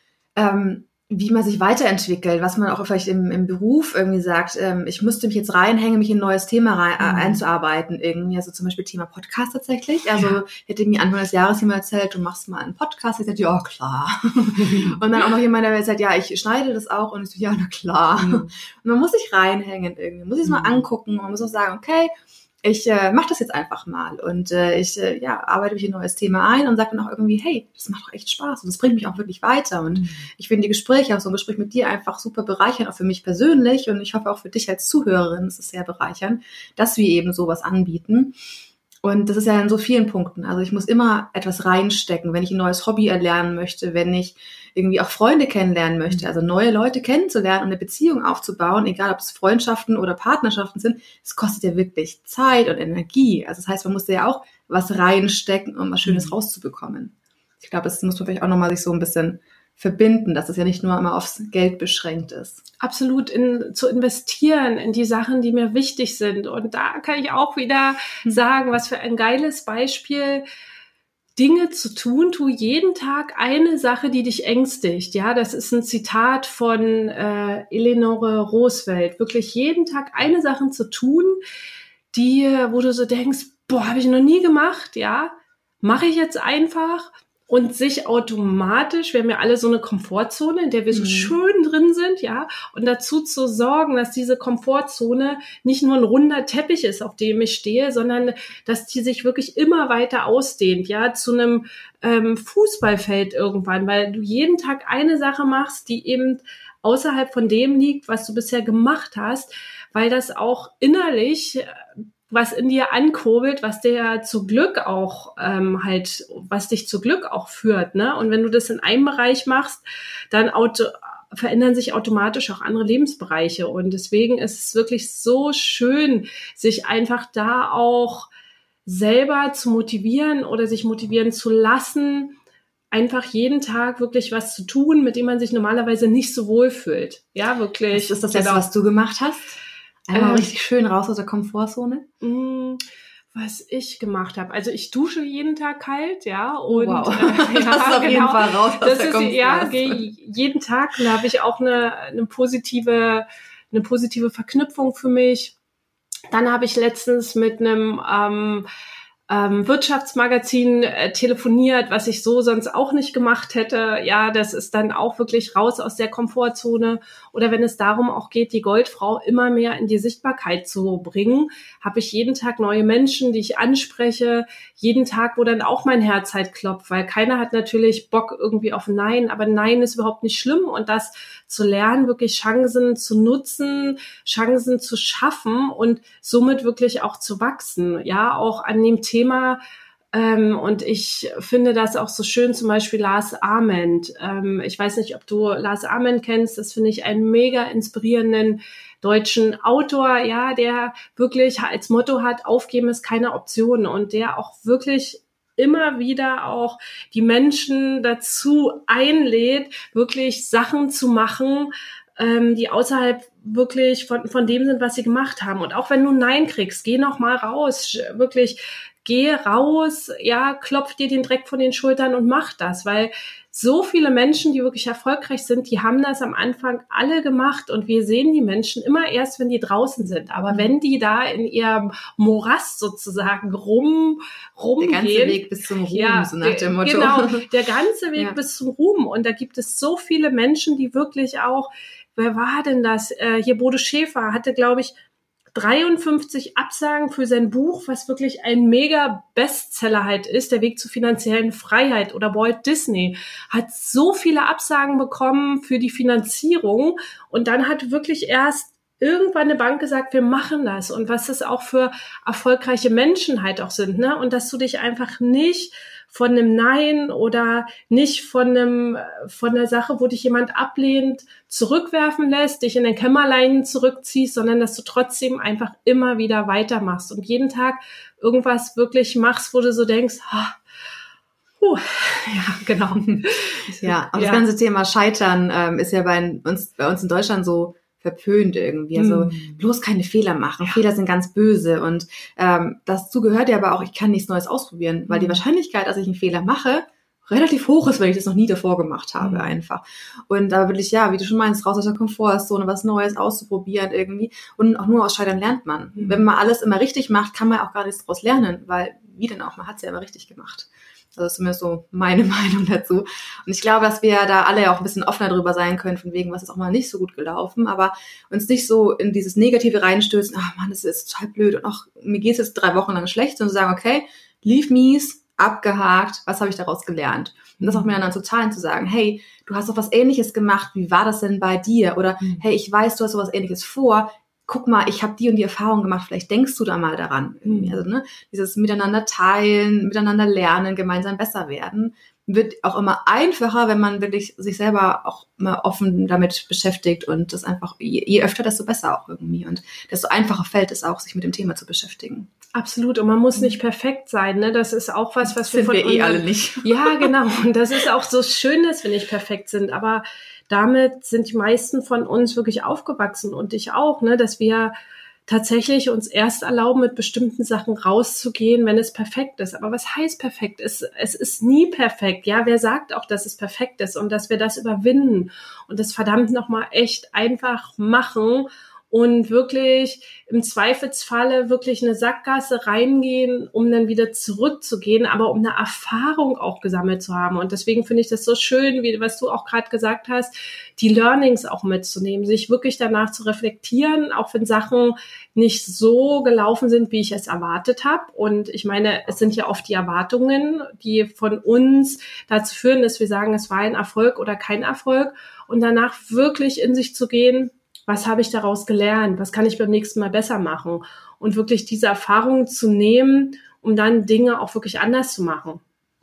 wie man sich weiterentwickelt, was man auch vielleicht im Beruf irgendwie sagt, ich müsste mich jetzt reinhängen, mich in ein neues Thema einzuarbeiten irgendwie, also zum Beispiel Thema Podcast tatsächlich, also hätte mir Anfang des Jahres jemand erzählt, du machst mal einen Podcast, ich sagte, ja klar, und dann auch noch jemand, der mir sagt, ja, ich schneide das auch und ich so, ja, na klar, und man muss sich reinhängen irgendwie, man muss sich das mal angucken, man muss auch sagen, okay, ich mache das jetzt einfach mal und ich arbeite mich in ein neues Thema ein und sage dann auch irgendwie, hey, das macht doch echt Spaß und das bringt mich auch wirklich weiter und ich finde die Gespräche, auch so ein Gespräch mit dir einfach super bereichernd, auch für mich persönlich und ich hoffe auch für dich als Zuhörerin, das ist sehr bereichernd, dass wir eben sowas anbieten. Und das ist ja in so vielen Punkten. Also ich muss immer etwas reinstecken, wenn ich ein neues Hobby erlernen möchte, wenn ich irgendwie auch Freunde kennenlernen möchte, also neue Leute kennenzulernen und eine Beziehung aufzubauen, egal ob es Freundschaften oder Partnerschaften sind, es kostet ja wirklich Zeit und Energie. Also das heißt, man muss da ja auch was reinstecken, um was Schönes rauszubekommen. Ich glaube, das muss man vielleicht auch nochmal sich so ein bisschen verbinden, dass es ja nicht nur immer aufs Geld beschränkt ist. Absolut, zu investieren in die Sachen, die mir wichtig sind. Und da kann ich auch wieder sagen, was für ein geiles Beispiel, Dinge zu tun, tu jeden Tag eine Sache, die dich ängstigt. Ja, das ist ein Zitat von Eleanor Roosevelt. Wirklich jeden Tag eine Sache zu tun, wo du so denkst, boah, habe ich noch nie gemacht, ja, mache ich jetzt einfach. Und sich automatisch, wir haben ja alle so eine Komfortzone, in der wir so schön drin sind, ja, und dazu zu sorgen, dass diese Komfortzone nicht nur ein runder Teppich ist, auf dem ich stehe, sondern dass die sich wirklich immer weiter ausdehnt, ja, zu einem Fußballfeld irgendwann, weil du jeden Tag eine Sache machst, die eben außerhalb von dem liegt, was du bisher gemacht hast, weil das auch innerlich was in dir ankurbelt, was dir zu Glück auch was dich zu Glück auch führt, ne? Und wenn du das in einem Bereich machst, dann verändern sich automatisch auch andere Lebensbereiche. Und deswegen ist es wirklich so schön, sich einfach da auch selber zu motivieren oder sich motivieren zu lassen, einfach jeden Tag wirklich was zu tun, mit dem man sich normalerweise nicht so wohl fühlt. Ja, wirklich. Was ist das Letzte, was du gemacht hast? Einmal richtig schön raus aus der Komfortzone? Was ich gemacht habe. Also ich dusche jeden Tag kalt, ja. Und wow. Das ist auf jeden Fall raus aus der Komfortzone. Ja, jeden Tag. Da habe ich auch eine positive Verknüpfung für mich. Dann habe ich letztens mit einem Wirtschaftsmagazin telefoniert, was ich so sonst auch nicht gemacht hätte. Ja, das ist dann auch wirklich raus aus der Komfortzone. Oder wenn es darum auch geht, die Goldfrau immer mehr in die Sichtbarkeit zu bringen, habe ich jeden Tag neue Menschen, die ich anspreche, jeden Tag, wo dann auch mein Herz halt klopft, weil keiner hat natürlich Bock irgendwie auf Nein, aber Nein ist überhaupt nicht schlimm und das zu lernen, wirklich Chancen zu nutzen, Chancen zu schaffen und somit wirklich auch zu wachsen, ja, auch an dem Thema. Und ich finde das auch so schön, zum Beispiel Lars Ament. Ich weiß nicht, ob du Lars Ament kennst. Das finde ich einen mega inspirierenden deutschen Autor, ja, der wirklich als Motto hat, aufgeben ist keine Option und der auch wirklich immer wieder auch die Menschen dazu einlädt, wirklich Sachen zu machen, die außerhalb wirklich von dem sind, was sie gemacht haben. Und auch wenn du Nein kriegst, geh noch mal raus, wirklich geh raus, ja, klopf dir den Dreck von den Schultern und mach das, weil so viele Menschen, die wirklich erfolgreich sind, die haben das am Anfang alle gemacht und wir sehen die Menschen immer erst, wenn die draußen sind. Aber wenn die da in ihrem Morast sozusagen rumgehen. Der ganze Weg bis zum Ruhm, ja, so nach dem Motto. Genau, der ganze Weg bis zum Ruhm. Und da gibt es so viele Menschen, die wirklich auch, wer war denn das? Hier Bodo Schäfer hatte, glaube ich, 53 Absagen für sein Buch, was wirklich ein mega Bestseller halt ist, der Weg zur finanziellen Freiheit. Oder Walt Disney hat so viele Absagen bekommen für die Finanzierung und dann hat wirklich erst irgendwann eine Bank gesagt, wir machen das. Und was das auch für erfolgreiche Menschen halt auch sind, ne? Und dass du dich einfach nicht von einem Nein oder nicht von der Sache, wo dich jemand ablehnt, zurückwerfen lässt, dich in den Kämmerlein zurückziehst, sondern dass du trotzdem einfach immer wieder weitermachst und jeden Tag irgendwas wirklich machst, wo du so denkst, ja, genau. Ja, und das ganze Thema Scheitern ist ja bei uns in Deutschland so verpönt irgendwie. Also bloß keine Fehler machen. Ja. Fehler sind ganz böse. Und dazu gehört ja aber auch, ich kann nichts Neues ausprobieren, weil die Wahrscheinlichkeit, dass ich einen Fehler mache, relativ hoch ist, weil ich das noch nie davor gemacht habe einfach. Und da will ich, ja, wie du schon meinst, raus aus der Komfortzone, was Neues auszuprobieren irgendwie. Und auch nur aus Scheitern lernt man. Wenn man alles immer richtig macht, kann man auch gar nichts daraus lernen, weil, wie denn auch, man hat es ja immer richtig gemacht. Das ist zumindest so meine Meinung dazu. Und ich glaube, dass wir da alle auch ein bisschen offener drüber sein können, von wegen, was ist auch mal nicht so gut gelaufen, aber uns nicht so in dieses Negative reinstürzen, ach Mann, das ist total blöd und auch mir geht es jetzt 3 Wochen lang schlecht, sondern zu sagen, okay, lief mies, abgehakt, was habe ich daraus gelernt? Und das auch miteinander zu teilen, zu sagen, hey, du hast doch was Ähnliches gemacht, wie war das denn bei dir? Oder hey, ich weiß, du hast sowas Ähnliches vor, guck mal, ich habe die und die Erfahrung gemacht, vielleicht denkst du da mal daran. Also, ne, dieses Miteinander teilen, miteinander lernen, gemeinsam besser werden, wird auch immer einfacher, wenn man wirklich sich selber auch mal offen damit beschäftigt und das einfach, je öfter, desto besser auch irgendwie und desto einfacher fällt es auch, sich mit dem Thema zu beschäftigen. Absolut. Und man muss nicht perfekt sein, ne? Das ist auch was wir von wir alle nicht. Ja, genau. Und das ist auch so schön, dass wir nicht perfekt sind. Aber damit sind die meisten von uns wirklich aufgewachsen und ich auch, ne? Dass wir tatsächlich uns erst erlauben, mit bestimmten Sachen rauszugehen, wenn es perfekt ist. Aber was heißt perfekt? Es ist nie perfekt. Ja, wer sagt auch, dass es perfekt ist und dass wir das überwinden und das verdammt nochmal echt einfach machen und wirklich im Zweifelsfalle wirklich eine Sackgasse reingehen, um dann wieder zurückzugehen, aber um eine Erfahrung auch gesammelt zu haben. Und deswegen finde ich das so schön, wie was du auch gerade gesagt hast, die Learnings auch mitzunehmen, sich wirklich danach zu reflektieren, auch wenn Sachen nicht so gelaufen sind, wie ich es erwartet habe. Und ich meine, es sind ja oft die Erwartungen, die von uns dazu führen, dass wir sagen, es war ein Erfolg oder kein Erfolg. Und danach wirklich in sich zu gehen, was habe ich daraus gelernt? Was kann ich beim nächsten Mal besser machen? Und wirklich diese Erfahrungen zu nehmen, um dann Dinge auch wirklich anders zu machen.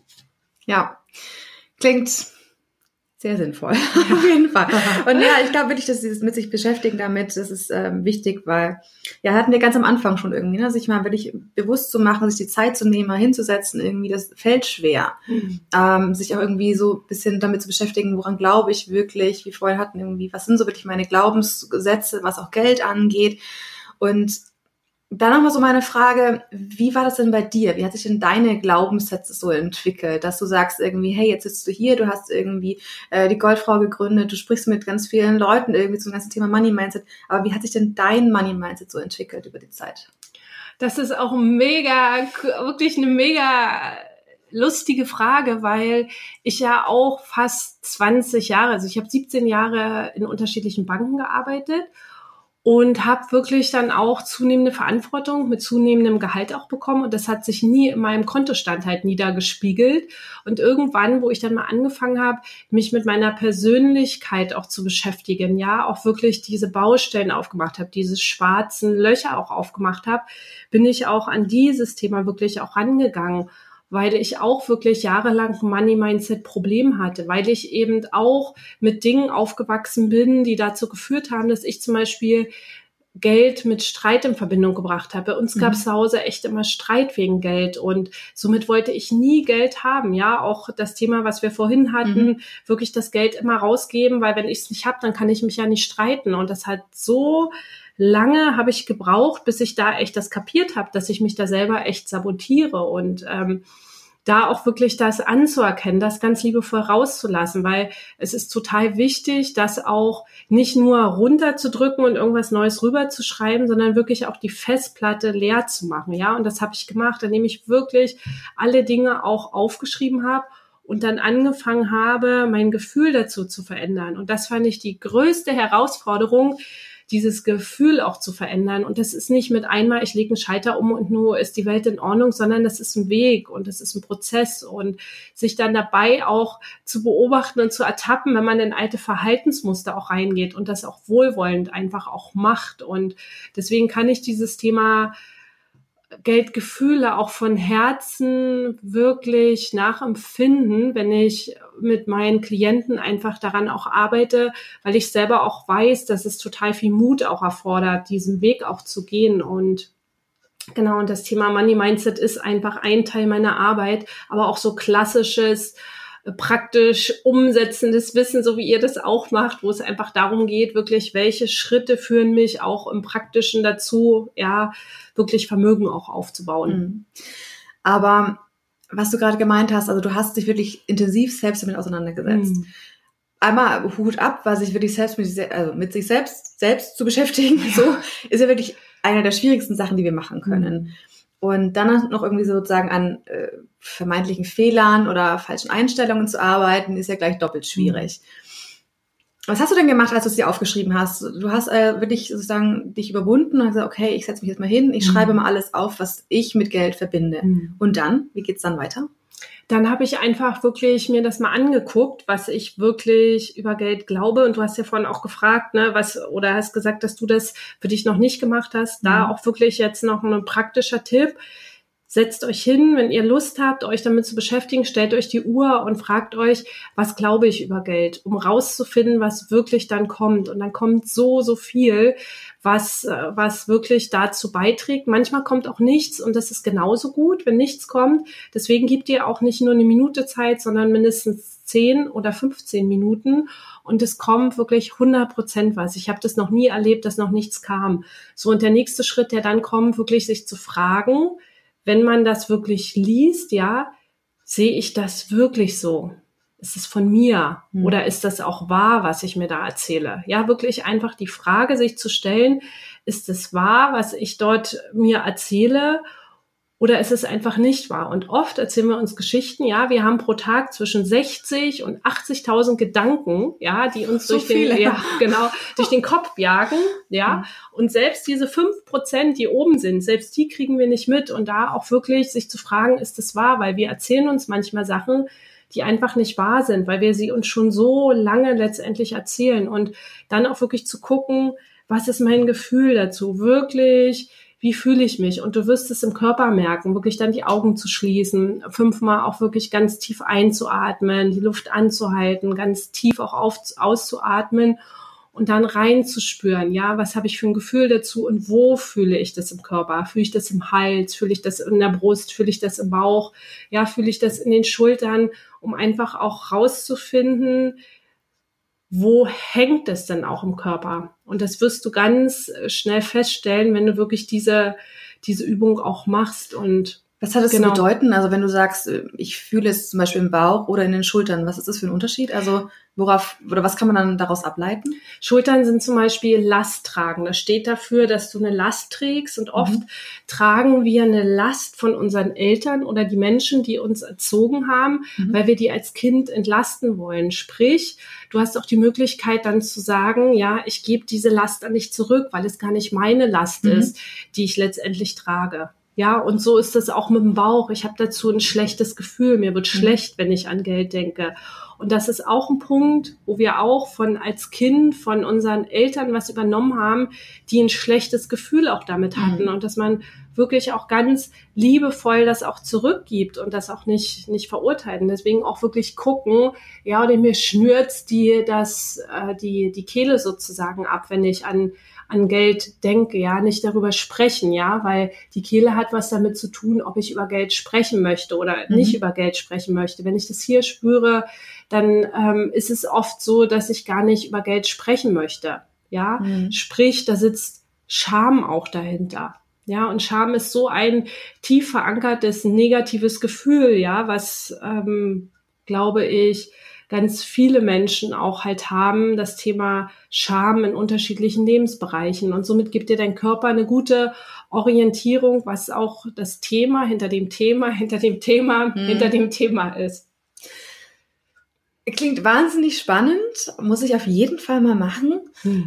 Ja, klingt sehr sinnvoll, auf jeden Fall. Und ja, ich glaube wirklich, dass dieses mit sich beschäftigen damit, das ist wichtig, weil, ja, hatten wir ganz am Anfang schon irgendwie, ne, sich mal wirklich bewusst zu machen, sich die Zeit zu nehmen, mal hinzusetzen, irgendwie, das fällt schwer. Sich auch irgendwie so ein bisschen damit zu beschäftigen, woran glaube ich wirklich, wie vorher hatten irgendwie, was sind so wirklich meine Glaubenssätze, was auch Geld angeht. Und dann nochmal so meine Frage, wie war das denn bei dir? Wie hat sich denn deine Glaubenssätze so entwickelt, dass du sagst irgendwie, hey, jetzt sitzt du hier, du hast irgendwie die Goldfrau gegründet, du sprichst mit ganz vielen Leuten irgendwie zum ganzen Thema Money Mindset, aber wie hat sich denn dein Money Mindset so entwickelt über die Zeit? Das ist auch wirklich eine mega lustige Frage, weil ich ja auch fast 20 Jahre, also ich habe 17 Jahre in unterschiedlichen Banken gearbeitet und habe wirklich dann auch zunehmende Verantwortung mit zunehmendem Gehalt auch bekommen. Und das hat sich nie in meinem Kontostand halt niedergespiegelt. Und irgendwann, wo ich dann mal angefangen habe, mich mit meiner Persönlichkeit auch zu beschäftigen, ja, auch wirklich diese Baustellen aufgemacht habe, diese schwarzen Löcher auch aufgemacht habe, bin ich auch an dieses Thema wirklich auch rangegangen, weil ich auch wirklich jahrelang ein Money-Mindset-Problem hatte, weil ich eben auch mit Dingen aufgewachsen bin, die dazu geführt haben, dass ich zum Beispiel Geld mit Streit in Verbindung gebracht habe. Bei uns gab es zu Hause echt immer Streit wegen Geld und somit wollte ich nie Geld haben. Ja, auch das Thema, was wir vorhin hatten, wirklich das Geld immer rausgeben, weil wenn ich es nicht habe, dann kann ich mich ja nicht streiten. Und das hat so lange habe ich gebraucht, bis ich da echt das kapiert habe, dass ich mich da selber echt sabotiere und da auch wirklich das anzuerkennen, das ganz liebevoll rauszulassen, weil es ist total wichtig, das auch nicht nur runterzudrücken und irgendwas Neues rüberzuschreiben, sondern wirklich auch die Festplatte leer zu machen, ja. Und das habe ich gemacht, indem ich wirklich alle Dinge auch aufgeschrieben habe und dann angefangen habe, mein Gefühl dazu zu verändern. Und das fand ich die größte Herausforderung, dieses Gefühl auch zu verändern. Und das ist nicht mit einmal, ich lege einen Schalter um und nur ist die Welt in Ordnung, sondern das ist ein Weg und das ist ein Prozess und sich dann dabei auch zu beobachten und zu ertappen, wenn man in alte Verhaltensmuster auch reingeht und das auch wohlwollend einfach auch macht. Und deswegen kann ich dieses Thema Geldgefühle auch von Herzen wirklich nachempfinden, wenn ich mit meinen Klienten einfach daran auch arbeite, weil ich selber auch weiß, dass es total viel Mut auch erfordert, diesen Weg auch zu gehen. Und genau, und das Thema Money Mindset ist einfach ein Teil meiner Arbeit, aber auch so klassisches, praktisch umsetzendes Wissen, so wie ihr das auch macht, wo es einfach darum geht, wirklich, welche Schritte führen mich auch im Praktischen dazu, ja, wirklich Vermögen auch aufzubauen. Aber was du gerade gemeint hast, also du hast dich wirklich intensiv selbst damit auseinandergesetzt. Einmal Hut ab, weil sich wirklich selbst mit sich selbst zu beschäftigen, so ist ja wirklich eine der schwierigsten Sachen, die wir machen können. Und dann noch irgendwie sozusagen an vermeintlichen Fehlern oder falschen Einstellungen zu arbeiten, ist ja gleich doppelt schwierig. Was hast du denn gemacht, als du es dir aufgeschrieben hast? Du hast wirklich sozusagen dich überwunden und gesagt, okay, ich setze mich jetzt mal hin, ich schreibe mal alles auf, was ich mit Geld verbinde. Und dann, wie geht's dann weiter? Dann habe ich einfach wirklich mir das mal angeguckt, was ich wirklich über Geld glaube. Und du hast ja vorhin auch gefragt, ne, oder hast gesagt, dass du das für dich noch nicht gemacht hast. Da auch wirklich jetzt noch ein praktischer Tipp. Setzt euch hin, wenn ihr Lust habt, euch damit zu beschäftigen, stellt euch die Uhr und fragt euch, was glaube ich über Geld, um rauszufinden, was wirklich dann kommt. Und dann kommt so viel, was wirklich dazu beiträgt. Manchmal kommt auch nichts und das ist genauso gut, wenn nichts kommt. Deswegen gebt ihr auch nicht nur eine Minute Zeit, sondern mindestens 10 oder 15 Minuten. Und es kommt wirklich 100% was. Ich habe das noch nie erlebt, dass noch nichts kam. So, und der nächste Schritt, der dann kommt, wirklich sich zu fragen, wenn man das wirklich liest, ja, sehe ich das wirklich so? ist es von mir oder ist das auch wahr, was ich mir da erzähle? Ja, wirklich einfach die Frage sich zu stellen, ist es wahr, was ich dort mir erzähle? Oder ist es einfach nicht wahr? Und oft erzählen wir uns Geschichten, ja, wir haben pro Tag zwischen 60 und 80.000 Gedanken, ja, die uns so durch den Kopf jagen, ja. Und selbst diese 5%, die oben sind, selbst die kriegen wir nicht mit. Und da auch wirklich sich zu fragen, ist es wahr? Weil wir erzählen uns manchmal Sachen, die einfach nicht wahr sind, weil wir sie uns schon so lange letztendlich erzählen. Und dann auch wirklich zu gucken, was ist mein Gefühl dazu? Wirklich, wie fühle ich mich? Und du wirst es im Körper merken, wirklich dann die Augen zu schließen, 5-mal auch wirklich ganz tief einzuatmen, die Luft anzuhalten, ganz tief auch auszuatmen und dann reinzuspüren, ja, was habe ich für ein Gefühl dazu und wo fühle ich das im Körper? Fühle ich das im Hals? Fühle ich das in der Brust? Fühle ich das im Bauch? Ja, fühle ich das in den Schultern? Um einfach auch rauszufinden, wo hängt es denn auch im Körper? Und das wirst du ganz schnell feststellen, wenn du wirklich diese Übung auch machst. Und was hat es zu bedeuten? Also wenn du sagst, ich fühle es zum Beispiel im Bauch oder in den Schultern, was ist das für ein Unterschied? Also was kann man dann daraus ableiten? Schultern sind zum Beispiel Last tragen. Das steht dafür, dass du eine Last trägst. Und oft tragen wir eine Last von unseren Eltern oder die Menschen, die uns erzogen haben, weil wir die als Kind entlasten wollen. Sprich, du hast auch die Möglichkeit dann zu sagen, ja, ich gebe diese Last an dich zurück, weil es gar nicht meine Last ist, die ich letztendlich trage. Ja, und so ist es auch mit dem Bauch. Ich habe dazu ein schlechtes Gefühl. Mir wird schlecht, wenn ich an Geld denke. Und das ist auch ein Punkt, wo wir auch als Kind von unseren Eltern was übernommen haben, die ein schlechtes Gefühl auch damit hatten. Und dass man wirklich auch ganz liebevoll das auch zurückgibt und das auch nicht verurteilen. Deswegen auch wirklich gucken, ja, oder mir schnürt's die Kehle sozusagen ab, wenn ich an Geld denke, ja, nicht darüber sprechen, ja, weil die Kehle hat was damit zu tun, ob ich über Geld sprechen möchte oder nicht über Geld sprechen möchte. Wenn ich das hier spüre, dann ist es oft so, dass ich gar nicht über Geld sprechen möchte, ja. Sprich, da sitzt Scham auch dahinter. Ja, und Scham ist so ein tief verankertes negatives Gefühl, ja, was, glaube ich, ganz viele Menschen auch halt haben, das Thema Scham in unterschiedlichen Lebensbereichen. Und somit gibt dir dein Körper eine gute Orientierung, was auch das Thema hinter dem Thema ist. Klingt wahnsinnig spannend, muss ich auf jeden Fall mal machen.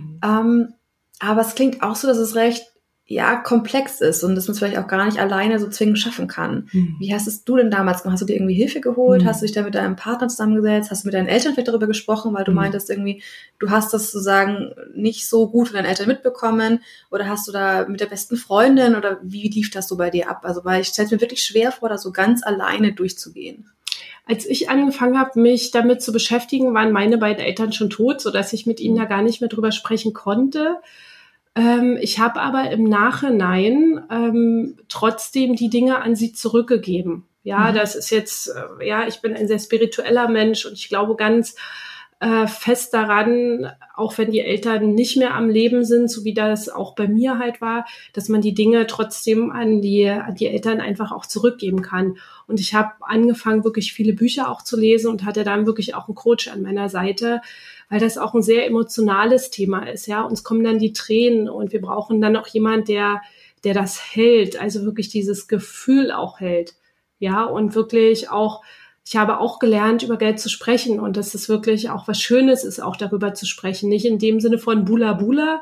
Aber es klingt auch so, dass es recht komplex ist und dass man es vielleicht auch gar nicht alleine so zwingend schaffen kann. Wie hast es du denn damals gemacht? Hast du dir irgendwie Hilfe geholt? Hast du dich da mit deinem Partner zusammengesetzt? Hast du mit deinen Eltern vielleicht darüber gesprochen, weil du meintest irgendwie, du hast das sozusagen nicht so gut von deinen Eltern mitbekommen? Oder hast du da mit der besten Freundin oder wie lief das so bei dir ab? Also weil ich stelle es mir wirklich schwer vor, da so ganz alleine durchzugehen. Als ich angefangen habe, mich damit zu beschäftigen, waren meine beiden Eltern schon tot, sodass ich mit ihnen da gar nicht mehr drüber sprechen konnte. Ich habe aber im Nachhinein trotzdem die Dinge an sie zurückgegeben. Ja, das ist jetzt, ich bin ein sehr spiritueller Mensch und ich glaube ganz fest daran, auch wenn die Eltern nicht mehr am Leben sind, so wie das auch bei mir halt war, dass man die Dinge trotzdem an die Eltern einfach auch zurückgeben kann. Und ich habe angefangen, wirklich viele Bücher auch zu lesen und hatte dann wirklich auch einen Coach an meiner Seite, weil das auch ein sehr emotionales Thema ist. Ja, uns kommen dann die Tränen und wir brauchen dann auch jemand, der das hält, also wirklich dieses Gefühl auch hält. Ja, und wirklich auch, ich habe auch gelernt, über Geld zu sprechen und dass es wirklich auch was Schönes ist, auch darüber zu sprechen. Nicht in dem Sinne von Bula Bula,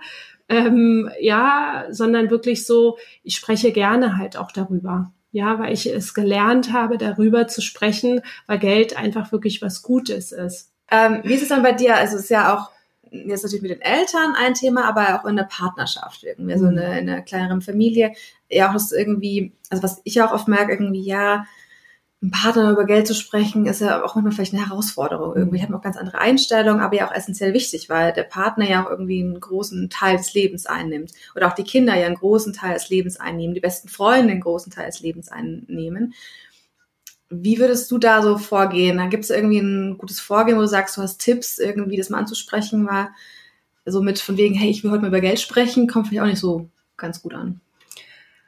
sondern wirklich so, ich spreche gerne halt auch darüber. Ja, weil ich es gelernt habe, darüber zu sprechen, weil Geld einfach wirklich was Gutes ist. Wie ist es dann bei dir? Also es ist ja auch jetzt natürlich mit den Eltern ein Thema, aber auch in der Partnerschaft irgendwie, so in einer kleineren Familie. Ja, auch das irgendwie, also was ich auch oft merke, irgendwie, ja, ein Partner über Geld zu sprechen, ist ja auch manchmal vielleicht eine Herausforderung. Irgendwie hat man auch ganz andere Einstellungen, aber ja auch essentiell wichtig, weil der Partner ja auch irgendwie einen großen Teil des Lebens einnimmt. Oder auch die Kinder ja einen großen Teil des Lebens einnehmen, die besten Freunde einen großen Teil des Lebens einnehmen. Wie würdest du da so vorgehen? Da gibt es irgendwie ein gutes Vorgehen, wo du sagst, du hast Tipps, irgendwie das mal anzusprechen, weil so mit von wegen, hey, ich will heute mal über Geld sprechen, kommt vielleicht auch nicht so ganz gut an.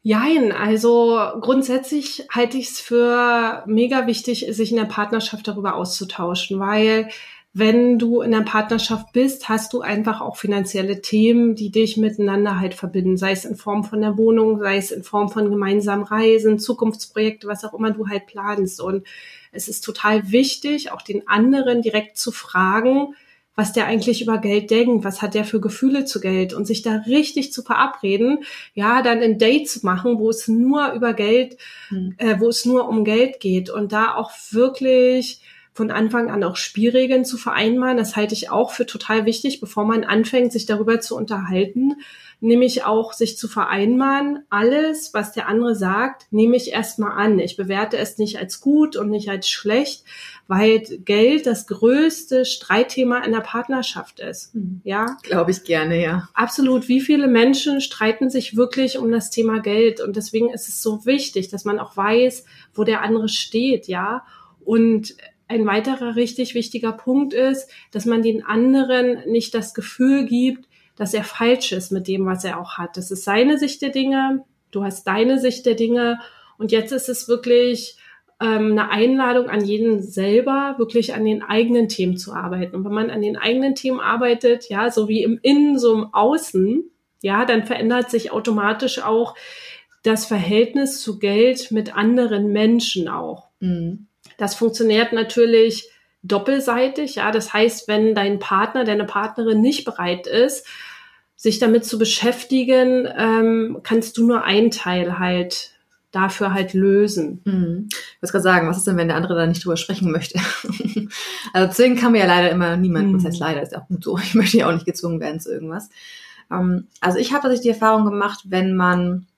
Jein, also grundsätzlich halte ich es für mega wichtig, sich in der Partnerschaft darüber auszutauschen, weil wenn du in der Partnerschaft bist, hast du einfach auch finanzielle Themen, die dich miteinander halt verbinden, sei es in Form von der Wohnung, sei es in Form von gemeinsamen Reisen, Zukunftsprojekte, was auch immer du halt planst. Und es ist total wichtig, auch den anderen direkt zu fragen, was der eigentlich über Geld denkt, was hat der für Gefühle zu Geld und sich da richtig zu verabreden, ja, dann ein Date zu machen, wo es nur über Geld, wo es nur um Geld geht und da auch wirklich von Anfang an auch Spielregeln zu vereinbaren. Das halte ich auch für total wichtig, bevor man anfängt, sich darüber zu unterhalten, nämlich auch sich zu vereinbaren, alles, was der andere sagt, nehme ich erstmal an. Ich bewerte es nicht als gut und nicht als schlecht, weil Geld das größte Streitthema in der Partnerschaft ist. Ja, glaube ich gerne, ja. Absolut. Wie viele Menschen streiten sich wirklich um das Thema Geld? Und deswegen ist es so wichtig, dass man auch weiß, wo der andere steht, ja. Und ein weiterer richtig wichtiger Punkt ist, dass man den anderen nicht das Gefühl gibt, dass er falsch ist mit dem, was er auch hat. Das ist seine Sicht der Dinge, du hast deine Sicht der Dinge und jetzt ist es wirklich eine Einladung an jeden selber, wirklich an den eigenen Themen zu arbeiten. Und wenn man an den eigenen Themen arbeitet, ja, so wie im Innen, so im Außen, ja, dann verändert sich automatisch auch das Verhältnis zu Geld mit anderen Menschen auch. Das funktioniert natürlich doppelseitig, ja. Das heißt, wenn dein Partner, deine Partnerin nicht bereit ist, sich damit zu beschäftigen, kannst du nur einen Teil halt dafür halt lösen. Ich muss gerade sagen, was ist denn, wenn der andere da nicht drüber sprechen möchte? Also zwingen kann man ja leider immer niemanden. Das heißt leider, ist ja auch gut so. Ich möchte ja auch nicht gezwungen werden zu irgendwas. Also ich habe tatsächlich die Erfahrung gemacht, wenn man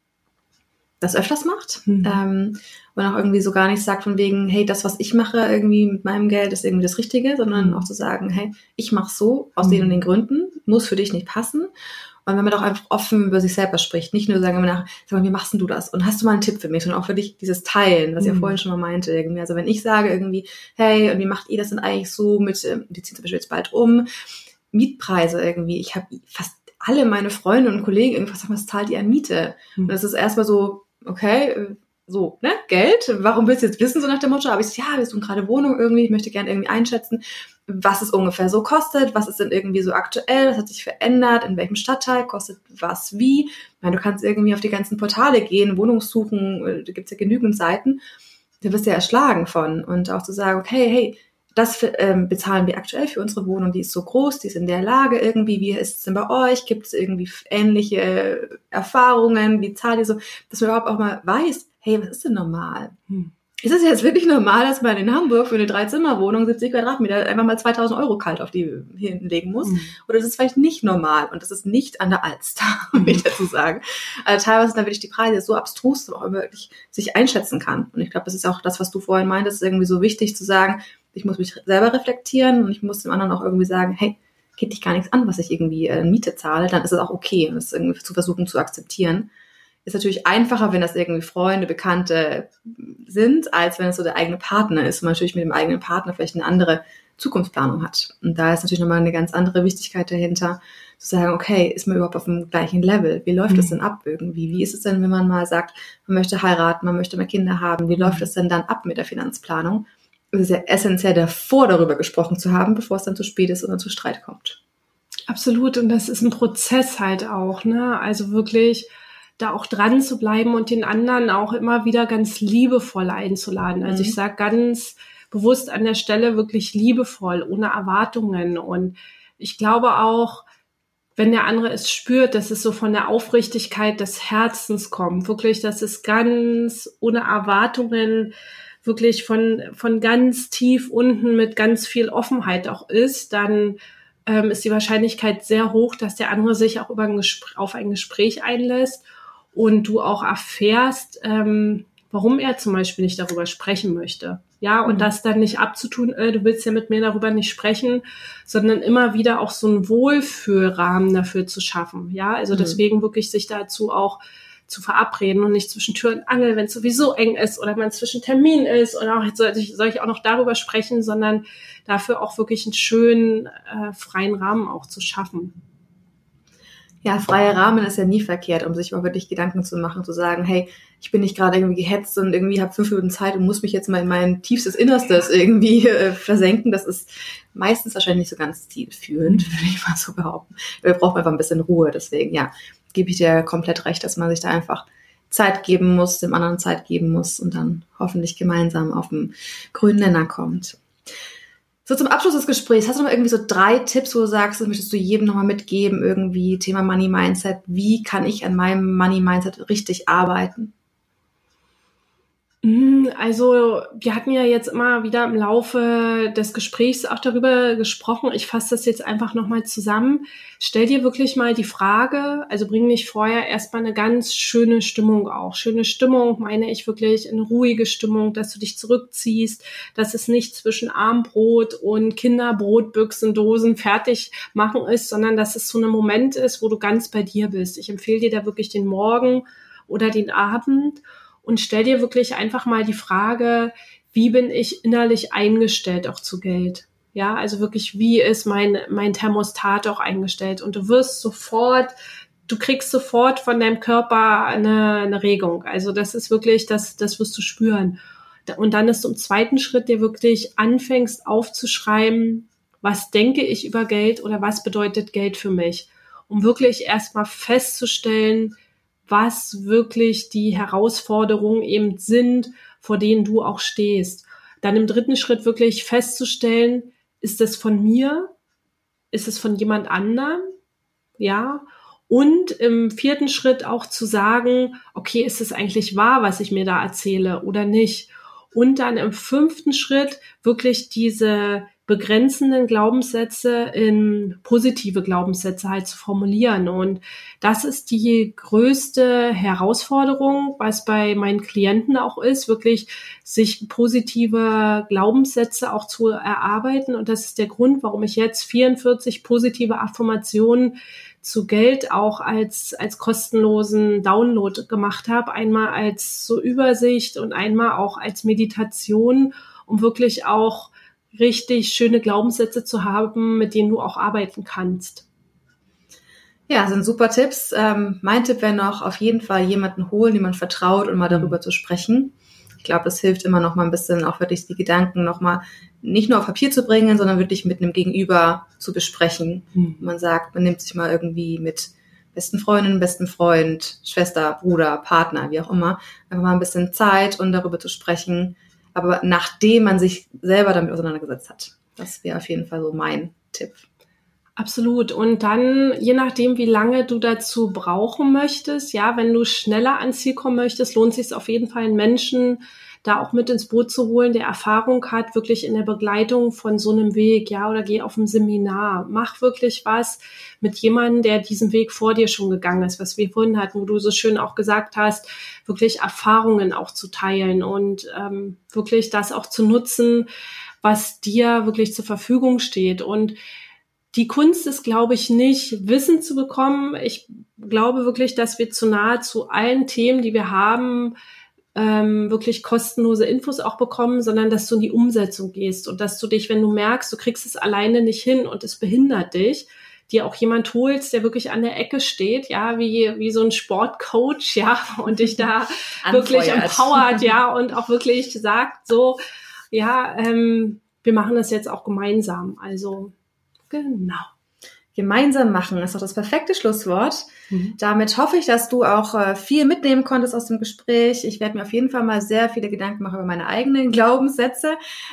das öfters macht und auch irgendwie so gar nicht sagt von wegen, hey, das, was ich mache irgendwie mit meinem Geld, ist irgendwie das Richtige, sondern auch zu sagen, hey, ich mache so aus den und den Gründen, muss für dich nicht passen. Und wenn man doch einfach offen über sich selber spricht, nicht nur sagen immer nach, sag mal, wie machst denn du das? Und hast du mal einen Tipp für mich? Sondern auch für dich dieses Teilen, was ich ja vorhin schon mal meinte irgendwie. Also wenn ich sage irgendwie, hey, und wie macht ihr das denn eigentlich so mit, die ziehen zum Beispiel jetzt bald um, Mietpreise irgendwie, ich habe fast alle meine Freunde und Kollegen irgendwas sagen, was zahlt ihr an Miete? Und das ist erstmal so, okay, so, ne, Geld, warum willst du jetzt wissen, so nach dem Motto, aber ich so, ja, wir suchen gerade Wohnung irgendwie, ich möchte gerne irgendwie einschätzen, was es ungefähr so kostet, was ist denn irgendwie so aktuell, was hat sich verändert, in welchem Stadtteil, kostet was wie. Ich meine, du kannst irgendwie auf die ganzen Portale gehen, Wohnungssuchen, da gibt's ja genügend Seiten, da wirst du ja erschlagen von. Und auch zu sagen, okay, hey, das bezahlen wir aktuell für unsere Wohnung, die ist so groß, die ist in der Lage irgendwie, wie ist es denn bei euch, gibt es irgendwie ähnliche Erfahrungen, wie zahlt ihr so, dass man überhaupt auch mal weiß, hey, was ist denn normal? Ist es jetzt wirklich normal, dass man in Hamburg für eine 3-Zimmer-Wohnung 70 Quadratmeter einfach mal 2.000 Euro kalt auf die hinlegen muss? Oder ist es vielleicht nicht normal? Und das ist nicht an der Alster, will ich dazu sagen. Also teilweise sind da wirklich die Preise so abstrus, dass man auch wirklich sich einschätzen kann. Und ich glaube, das ist auch das, was du vorhin meintest, ist irgendwie so wichtig zu sagen, ich muss mich selber reflektieren und ich muss dem anderen auch irgendwie sagen, hey, geht dich gar nichts an, was ich irgendwie Miete zahle, dann ist es auch okay, und das irgendwie zu versuchen zu akzeptieren. Ist natürlich einfacher, wenn das irgendwie Freunde, Bekannte sind, als wenn es so der eigene Partner ist und man natürlich mit dem eigenen Partner vielleicht eine andere Zukunftsplanung hat. Und da ist natürlich nochmal eine ganz andere Wichtigkeit dahinter, zu sagen, okay, ist man überhaupt auf dem gleichen Level? Wie läuft das denn ab irgendwie? Wie ist es denn, wenn man mal sagt, man möchte heiraten, man möchte mal Kinder haben? Wie läuft das denn dann ab mit der Finanzplanung? Es ist ja essentiell, davor darüber gesprochen zu haben, bevor es dann zu spät ist oder zu Streit kommt. Absolut. Und das ist ein Prozess halt auch, ne? Also wirklich da auch dran zu bleiben und den anderen auch immer wieder ganz liebevoll einzuladen. Also ich sage ganz bewusst an der Stelle wirklich liebevoll, ohne Erwartungen. Und ich glaube auch, wenn der andere es spürt, dass es so von der Aufrichtigkeit des Herzens kommt, wirklich, dass es ganz ohne Erwartungen wirklich von ganz tief unten mit ganz viel Offenheit auch ist, dann ist die Wahrscheinlichkeit sehr hoch, dass der andere sich auch auf ein Gespräch einlässt und du auch erfährst, warum er zum Beispiel nicht darüber sprechen möchte. Ja, und das dann nicht abzutun, du willst ja mit mir darüber nicht sprechen, sondern immer wieder auch so einen Wohlfühlrahmen dafür zu schaffen. Ja, also deswegen wirklich sich dazu auch zu verabreden und nicht zwischen Tür und Angel, wenn es sowieso eng ist oder man zwischen Termin ist oder auch, soll ich auch noch darüber sprechen, sondern dafür auch wirklich einen schönen, freien Rahmen auch zu schaffen. Ja, freier Rahmen ist ja nie verkehrt, um sich mal wirklich Gedanken zu machen, zu sagen, hey, ich bin nicht gerade irgendwie gehetzt und irgendwie habe 5 Minuten Zeit und muss mich jetzt mal in mein tiefstes Innerstes irgendwie versenken. Das ist meistens wahrscheinlich nicht so ganz zielführend, würde ich mal so behaupten. Wir brauchen einfach ein bisschen Ruhe. Deswegen, ja, gebe ich dir komplett recht, dass man sich da einfach Zeit geben muss, dem anderen Zeit geben muss und dann hoffentlich gemeinsam auf den grünen Nenner kommt. So, zum Abschluss des Gesprächs, hast du noch irgendwie so 3 Tipps, wo du sagst, das möchtest du jedem nochmal mitgeben, irgendwie Thema Money Mindset, wie kann ich an meinem Money Mindset richtig arbeiten? Also wir hatten ja jetzt immer wieder im Laufe des Gesprächs auch darüber gesprochen. Ich fasse das jetzt einfach nochmal zusammen. Stell dir wirklich mal die Frage, also bring dich vorher erstmal eine ganz schöne Stimmung auch. Schöne Stimmung meine ich wirklich eine ruhige Stimmung, dass du dich zurückziehst, dass es nicht zwischen Armbrot und Kinderbrotbüchsen, Dosen fertig machen ist, sondern dass es so ein Moment ist, wo du ganz bei dir bist. Ich empfehle dir da wirklich den Morgen oder den Abend. Und stell dir wirklich einfach mal die Frage, wie bin ich innerlich eingestellt auch zu Geld? Ja, also wirklich, wie ist mein Thermostat auch eingestellt? Und du kriegst sofort von deinem Körper eine Regung. Also das ist wirklich, das wirst du spüren. Und dann ist im zweiten Schritt, dir wirklich anfängst aufzuschreiben, was denke ich über Geld oder was bedeutet Geld für mich? Um wirklich erstmal festzustellen, was wirklich die Herausforderungen eben sind, vor denen du auch stehst. Dann im dritten Schritt wirklich festzustellen, ist es von mir? Ist es von jemand anderem? Ja. Und im vierten Schritt auch zu sagen, okay, ist es eigentlich wahr, was ich mir da erzähle oder nicht? Und dann im 5. Schritt wirklich diese begrenzenden Glaubenssätze in positive Glaubenssätze halt zu formulieren. Und das ist die größte Herausforderung, was bei meinen Klienten auch ist, wirklich sich positive Glaubenssätze auch zu erarbeiten. Und das ist der Grund, warum ich jetzt 44 positive Affirmationen zu Geld auch als kostenlosen Download gemacht habe. Einmal als so Übersicht und einmal auch als Meditation, um wirklich auch richtig schöne Glaubenssätze zu haben, mit denen du auch arbeiten kannst. Ja, sind super Tipps. Mein Tipp wäre noch, auf jeden Fall jemanden holen, dem man vertraut und mal darüber zu sprechen. Ich glaube, das hilft immer noch mal ein bisschen, auch wirklich die Gedanken noch mal nicht nur auf Papier zu bringen, sondern wirklich mit einem Gegenüber zu besprechen. Man sagt, man nimmt sich mal irgendwie mit besten Freundin, besten Freund, Schwester, Bruder, Partner, wie auch immer, einfach mal ein bisschen Zeit und darüber zu sprechen, aber nachdem man sich selber damit auseinandergesetzt hat. Das wäre auf jeden Fall so mein Tipp. Absolut. Und dann, je nachdem, wie lange du dazu brauchen möchtest, ja, wenn du schneller ans Ziel kommen möchtest, lohnt es sich auf jeden Fall, einen Menschen da auch mit ins Boot zu holen, der Erfahrung hat, wirklich in der Begleitung von so einem Weg, ja, oder geh auf ein Seminar. Mach wirklich was mit jemandem, der diesen Weg vor dir schon gegangen ist, was wir vorhin hatten, wo du so schön auch gesagt hast, wirklich Erfahrungen auch zu teilen und wirklich das auch zu nutzen, was dir wirklich zur Verfügung steht. Und die Kunst ist, glaube ich, nicht, Wissen zu bekommen. Ich glaube wirklich, dass wir zu nahezu allen Themen, die wir haben, wirklich kostenlose Infos auch bekommen, sondern dass du in die Umsetzung gehst und dass du dich, wenn du merkst, du kriegst es alleine nicht hin und es behindert dich, dir auch jemand holst, der wirklich an der Ecke steht, ja, wie so ein Sportcoach, ja, und dich da wirklich empowert, ja, und auch wirklich sagt so, ja, wir machen das jetzt auch gemeinsam. Also, genau. Gemeinsam machen ist doch das perfekte Schlusswort. Damit hoffe ich, dass du auch viel mitnehmen konntest aus dem Gespräch. Ich werde mir auf jeden Fall mal sehr viele Gedanken machen über meine eigenen Glaubenssätze.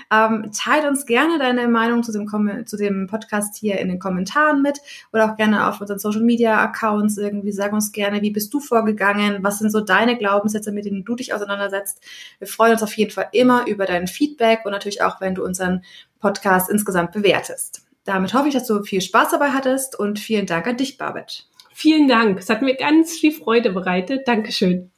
Teil uns gerne deine Meinung zu dem Podcast hier in den Kommentaren mit oder auch gerne auf unseren Social Media Accounts irgendwie. Sag uns gerne, wie bist du vorgegangen? Was sind so deine Glaubenssätze, mit denen du dich auseinandersetzt? Wir freuen uns auf jeden Fall immer über dein Feedback und natürlich auch, wenn du unseren Podcast insgesamt bewertest. Damit hoffe ich, dass du viel Spaß dabei hattest und vielen Dank an dich, Babette. Vielen Dank. Es hat mir ganz viel Freude bereitet. Dankeschön.